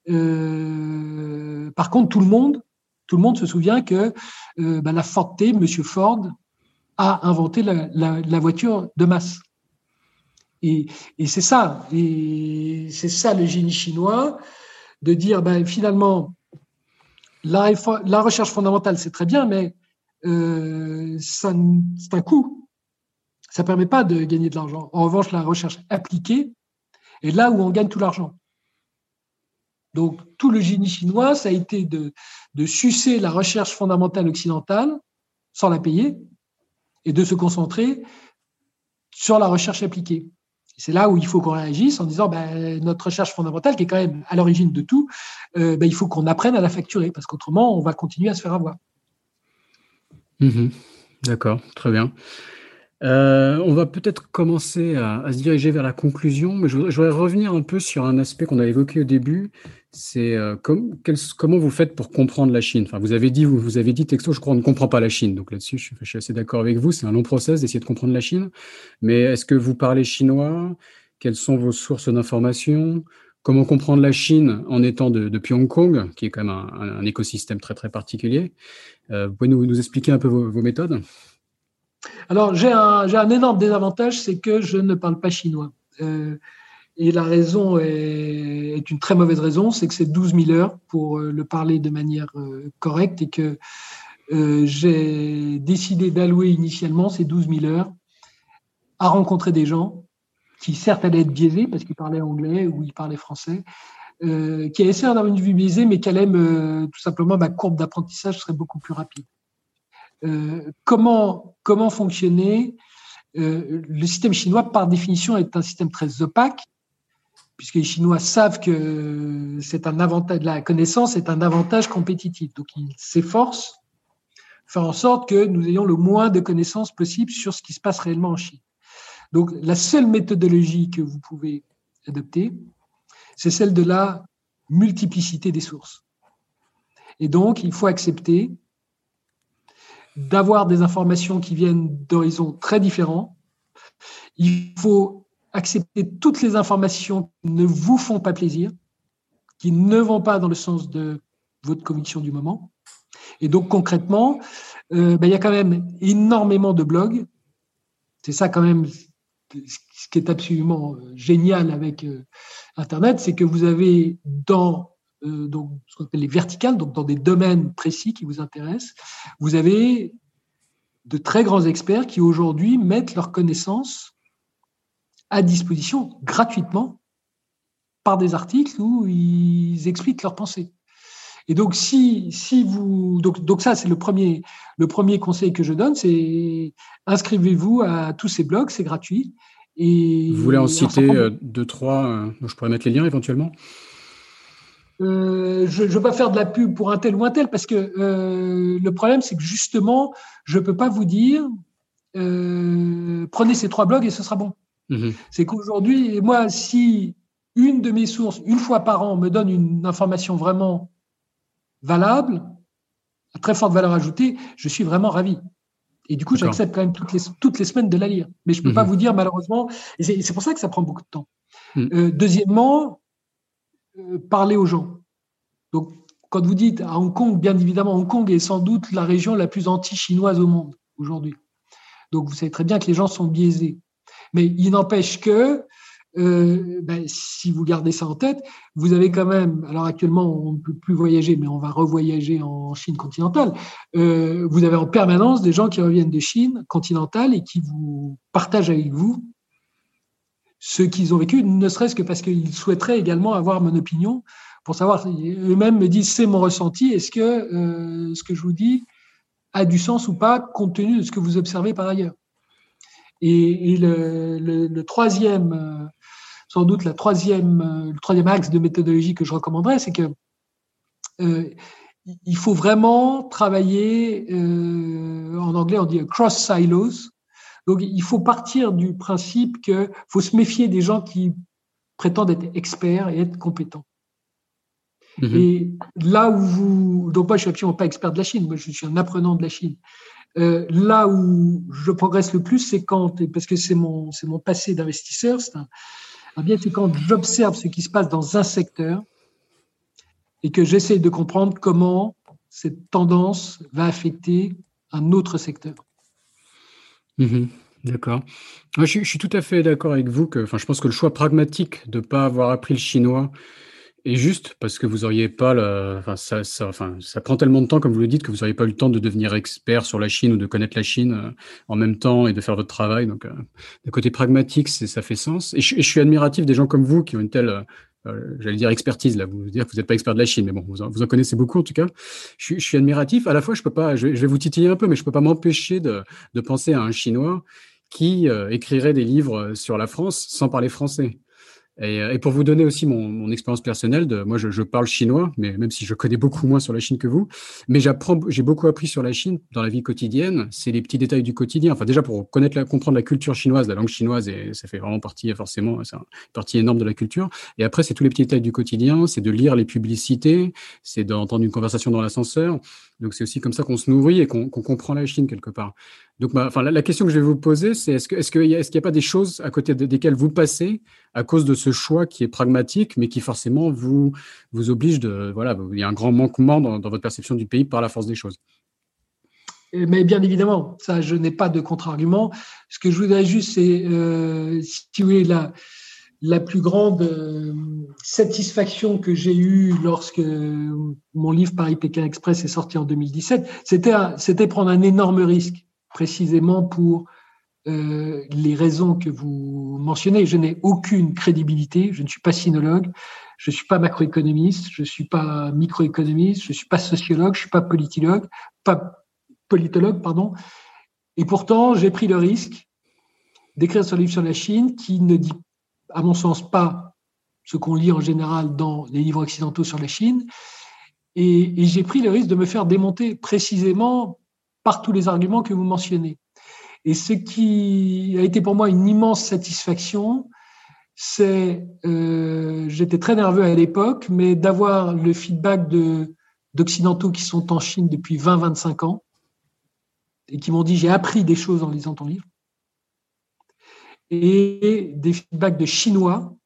par contre, tout le monde se souvient que la Ford T, Monsieur Ford, a inventé la voiture de masse. Et c'est ça. Et c'est ça le génie chinois, de dire finalement, la recherche fondamentale, c'est très bien, mais c'est un coût. Ça ne permet pas de gagner de l'argent. En revanche, la recherche appliquée est là où on gagne tout l'argent. Donc, tout le génie chinois, ça a été de sucer la recherche fondamentale occidentale sans la payer et de se concentrer sur la recherche appliquée. C'est là où il faut qu'on réagisse en disant notre recherche fondamentale, qui est quand même à l'origine de tout, il faut qu'on apprenne à la facturer parce qu'autrement, on va continuer à se faire avoir. Mmh. D'accord, très bien. On va peut-être commencer à se diriger vers la conclusion, mais je voudrais revenir un peu sur un aspect qu'on a évoqué au début. C'est comment vous faites pour comprendre la Chine? Enfin, vous avez dit texto, je crois, on ne comprend pas la Chine. Donc là-dessus, je suis assez d'accord avec vous. C'est un long process d'essayer de comprendre la Chine. Mais est-ce que vous parlez chinois? Quelles sont vos sources d'informations? Comment comprendre la Chine en étant depuis Hong Kong, qui est quand même un écosystème très, très particulier? Vous pouvez nous expliquer un peu vos méthodes? Alors, j'ai un énorme désavantage, c'est que je ne parle pas chinois. Et la raison est une très mauvaise raison, c'est que c'est 12 000 heures pour le parler de manière correcte et que j'ai décidé d'allouer initialement ces 12 000 heures à rencontrer des gens qui certes allaient être biaisés parce qu'ils parlaient anglais ou ils parlaient français, qui allaient essayer d'avoir une vue biaisée, mais qui allaient tout simplement, ma courbe d'apprentissage serait beaucoup plus rapide. Comment fonctionner le système chinois, par définition, est un système très opaque, puisque les Chinois savent que c'est un avantage, la connaissance est un avantage compétitif. Donc, ils s'efforcent de faire en sorte que nous ayons le moins de connaissances possible sur ce qui se passe réellement en Chine. Donc, la seule méthodologie que vous pouvez adopter, c'est celle de la multiplicité des sources. Et donc, il faut accepter d'avoir des informations qui viennent d'horizons très différents. Il faut accepter toutes les informations qui ne vous font pas plaisir, qui ne vont pas dans le sens de votre conviction du moment. Et donc, concrètement, il y a quand même énormément de blogs. C'est ça quand même ce qui est absolument génial avec Internet, c'est que vous avez dans donc, ce qu'on appelle les verticales, donc dans des domaines précis qui vous intéressent, vous avez de très grands experts qui aujourd'hui mettent leurs connaissances à disposition gratuitement par des articles où ils expliquent leurs pensées. Et donc, si vous, donc ça, c'est le premier conseil que je donne, c'est inscrivez-vous à tous ces blogs, c'est gratuit. Et vous voulez en citer deux, trois, dont je pourrais mettre les liens éventuellement? Je ne veux pas faire de la pub pour un tel ou un tel, parce que le problème, c'est que justement, je ne peux pas vous dire prenez ces 3 blogs et ce sera bon. Mmh. C'est qu'aujourd'hui, moi, si une de mes sources, une fois par an, me donne une information vraiment valable, à très forte valeur ajoutée, je suis vraiment ravi. Et du coup, j'accepte quand même toutes les semaines de la lire. Mais je ne peux pas vous dire, malheureusement, et c'est pour ça que ça prend beaucoup de temps. Deuxièmement, parler aux gens. Donc, quand vous dites à Hong Kong, bien évidemment, Hong Kong est sans doute la région la plus anti-chinoise au monde aujourd'hui. Donc, vous savez très bien que les gens sont biaisés. Mais il n'empêche que, si vous gardez ça en tête, vous avez quand même, alors actuellement, on ne peut plus voyager, mais on va revoyager en Chine continentale. Vous avez en permanence des gens qui reviennent de Chine continentale et qui vous partagent avec vous ce qu'ils ont vécu, ne serait-ce que parce qu'ils souhaiteraient également avoir mon opinion pour savoir, eux-mêmes me disent, c'est mon ressenti, est-ce que ce que je vous dis a du sens ou pas, compte tenu de ce que vous observez par ailleurs. Et le troisième, sans doute le troisième axe de méthodologie que je recommanderais, c'est que il faut vraiment travailler, en anglais on dit cross silos. Donc il faut partir du principe qu'il faut se méfier des gens qui prétendent être experts et être compétents. Et là où donc moi je suis absolument pas expert de la Chine, moi je suis un apprenant de la Chine. Là où je progresse le plus, c'est parce que c'est mon passé d'investisseur, c'est quand j'observe ce qui se passe dans un secteur et que j'essaie de comprendre comment cette tendance va affecter un autre secteur. D'accord. Je suis tout à fait d'accord avec vous je pense que le choix pragmatique de ne pas avoir appris le chinois est juste parce que vous auriez pas ça prend tellement de temps, comme vous le dites, que vous n'auriez pas eu le temps de devenir expert sur la Chine ou de connaître la Chine en même temps et de faire votre travail. Donc, d'un côté pragmatique, ça fait sens. Et je suis admiratif des gens comme vous qui ont une telle, j'allais dire expertise, là, vous dire que vous n'êtes pas expert de la Chine, mais bon, vous en connaissez beaucoup en tout cas. Je suis admiratif. À la fois, je vais vous titiller un peu, mais je peux pas m'empêcher de penser à un Chinois qui écrirait des livres sur la France sans parler français. Et pour vous donner aussi mon expérience personnelle, moi je parle chinois, mais même si je connais beaucoup moins sur la Chine que vous, mais j'ai beaucoup appris sur la Chine dans la vie quotidienne. C'est les petits détails du quotidien. Enfin déjà pour comprendre la culture chinoise, la langue chinoise, et ça fait vraiment partie forcément, c'est une partie énorme de la culture. Et après c'est tous les petits détails du quotidien, c'est de lire les publicités, c'est d'entendre une conversation dans l'ascenseur. Donc c'est aussi comme ça qu'on se nourrit et qu'on comprend la Chine quelque part. Donc, la question que je vais vous poser, c'est est-ce qu'il y a pas des choses à côté desquelles vous passez à cause de ce choix qui est pragmatique, mais qui forcément vous oblige il y a un grand manquement dans votre perception du pays par la force des choses. Mais bien évidemment, ça, je n'ai pas de contre-argument. Ce que je voudrais juste, c'est, si vous voulez, la plus grande satisfaction que j'ai eue lorsque mon livre Paris-Pékin Express est sorti en 2017, c'était prendre un énorme risque, précisément pour les raisons que vous mentionnez. Je n'ai aucune crédibilité, je ne suis pas sinologue, je ne suis pas macroéconomiste, je ne suis pas microéconomiste, je ne suis pas sociologue, je ne suis pas politologue, pardon. Et pourtant, j'ai pris le risque d'écrire ce livre sur la Chine qui ne dit, à mon sens, pas ce qu'on lit en général dans les livres occidentaux sur la Chine. Et j'ai pris le risque de me faire démonter précisément par tous les arguments que vous mentionnez. Et ce qui a été pour moi une immense satisfaction, c'est, j'étais très nerveux à l'époque, mais d'avoir le feedback d'Occidentaux qui sont en Chine depuis 20-25 ans et qui m'ont dit « j'ai appris des choses en lisant ton livre », et des feedbacks de Chinois,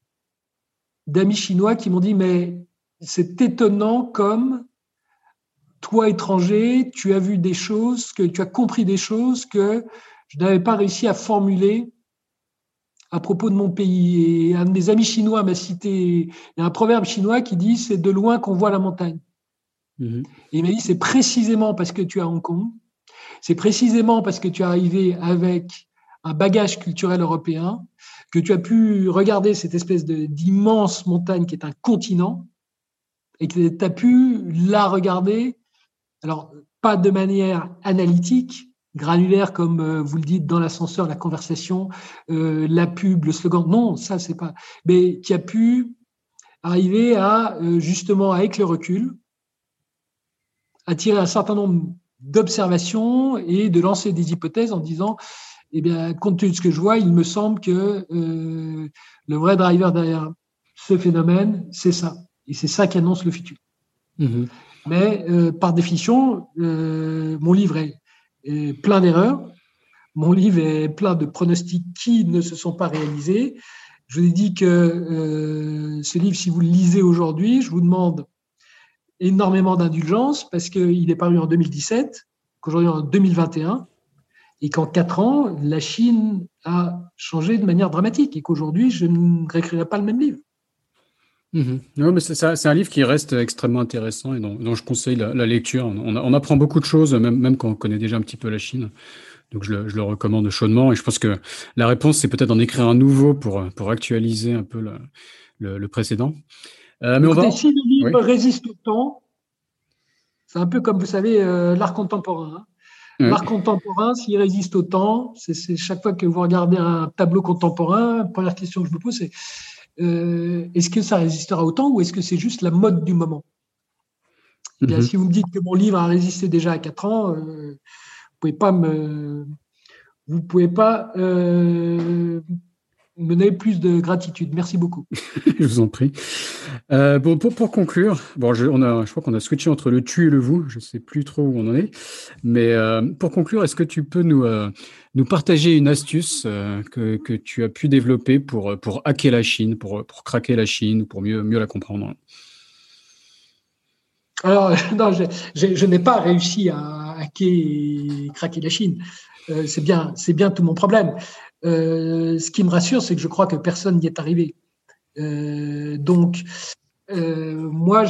d'amis chinois qui m'ont dit « mais c'est étonnant comme… » toi, étranger, tu as vu des choses, que tu as compris des choses que je n'avais pas réussi à formuler à propos de mon pays. Et un de mes amis chinois m'a cité, il y a un proverbe chinois qui dit « c'est de loin qu'on voit la montagne ». Et il m'a dit « c'est précisément parce que tu es à Hong Kong, c'est précisément parce que tu es arrivé avec un bagage culturel européen que tu as pu regarder cette espèce d'immense montagne qui est un continent et que tu as pu la regarder. » Alors, pas de manière analytique, granulaire, comme vous le dites dans l'ascenseur, la conversation, la pub, le slogan. Non, ça, c'est pas. Mais qui a pu arriver à, justement, avec le recul, attirer un certain nombre d'observations et de lancer des hypothèses en disant, eh bien, compte tenu de ce que je vois, il me semble que le vrai driver derrière ce phénomène, c'est ça. Et c'est ça qui annonce le futur. Mais par définition, mon livre est plein d'erreurs. Mon livre est plein de pronostics qui ne se sont pas réalisés. Je vous ai dit que ce livre, si vous le lisez aujourd'hui, je vous demande énormément d'indulgence parce qu'il est paru en 2017, qu'aujourd'hui en 2021, et qu'en 4 ans, la Chine a changé de manière dramatique et qu'aujourd'hui, je ne réécrirai pas le même livre. Non, mais c'est un livre qui reste extrêmement intéressant et dont je conseille la lecture. On apprend beaucoup de choses, même quand on connaît déjà un petit peu la Chine. Donc je le recommande chaudement. Et je pense que la réponse, c'est peut-être d'en écrire un nouveau pour actualiser un peu le précédent. Mais écoutez, si le livre résiste au temps, c'est un peu comme, vous savez, l'art contemporain. Hein. Ouais. L'art contemporain, s'il résiste au temps, c'est chaque fois que vous regardez un tableau contemporain, la première question que je me pose, c'est est-ce que ça résistera au temps ou est-ce que c'est juste la mode du moment? Bien, si vous me dites que mon livre a résisté déjà à 4 ans, vous pouvez pas me donner plus de gratitude. Merci beaucoup. Je vous en prie. Bon, pour conclure, bon, je crois qu'on a switché entre le tu et le vous. Je ne sais plus trop où on en est. Mais pour conclure, est-ce que tu peux nous partager une astuce que tu as pu développer pour hacker la Chine, pour craquer la Chine, pour mieux la comprendre? Alors, non, je n'ai pas réussi à hacker et craquer la Chine. C'est bien tout mon problème. Ce qui me rassure, c'est que je crois que personne n'y est arrivé. Donc, moi,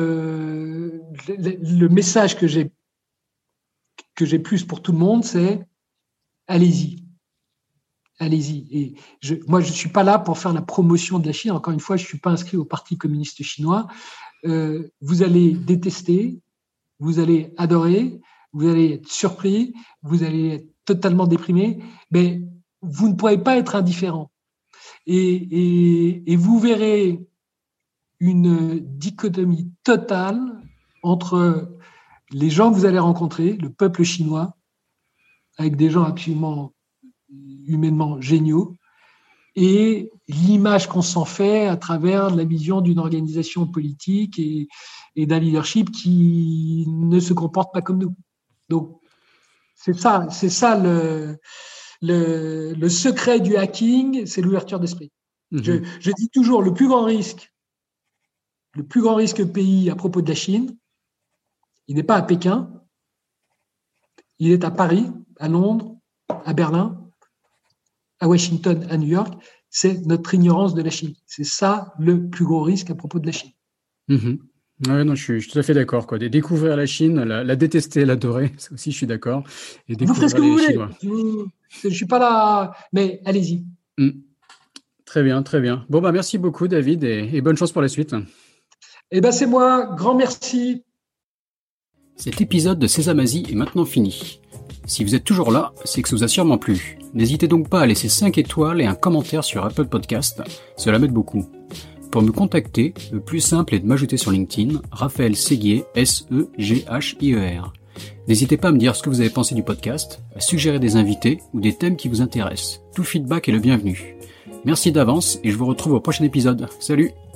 le message que j'ai plus pour tout le monde, c'est allez-y. Allez-y. Et moi, je ne suis pas là pour faire la promotion de la Chine. Encore une fois, je ne suis pas inscrit au Parti communiste chinois. Vous allez détester, vous allez adorer, vous allez être surpris, vous allez être totalement déprimé, mais vous ne pourrez pas être indifférent. Et vous verrez une dichotomie totale entre les gens que vous allez rencontrer, le peuple chinois, avec des gens absolument humainement géniaux, et l'image qu'on s'en fait à travers la vision d'une organisation politique et d'un leadership qui ne se comporte pas comme nous. Donc, c'est ça le secret du hacking, c'est l'ouverture d'esprit. Je dis toujours, le plus grand risque pays à propos de la Chine, il n'est pas à Pékin, il est à Paris, à Londres, à Berlin, à Washington, à New York. c'est notre ignorance de la Chine. C'est ça le plus gros risque à propos de la Chine. Ouais, non, je suis tout à fait d'accord, quoi. Découvrir la Chine, la détester, l'adorer, ça aussi, je suis d'accord. Et Vous ferez ce que vous voulez. Chinois. Je suis pas là, mais allez-y. Très bien, très bien. Bon, merci beaucoup, David, et bonne chance pour la suite. C'est moi. Grand merci. Cet épisode de Sésame Asie est maintenant fini. Si vous êtes toujours là, c'est que ça vous a sûrement plu. N'hésitez donc pas à laisser 5 étoiles et un commentaire sur Apple Podcast, cela m'aide beaucoup. Pour me contacter, le plus simple est de m'ajouter sur LinkedIn, Raphaël Séguier, Seghier. N'hésitez pas à me dire ce que vous avez pensé du podcast, à suggérer des invités ou des thèmes qui vous intéressent. Tout feedback est le bienvenu. Merci d'avance et je vous retrouve au prochain épisode. Salut!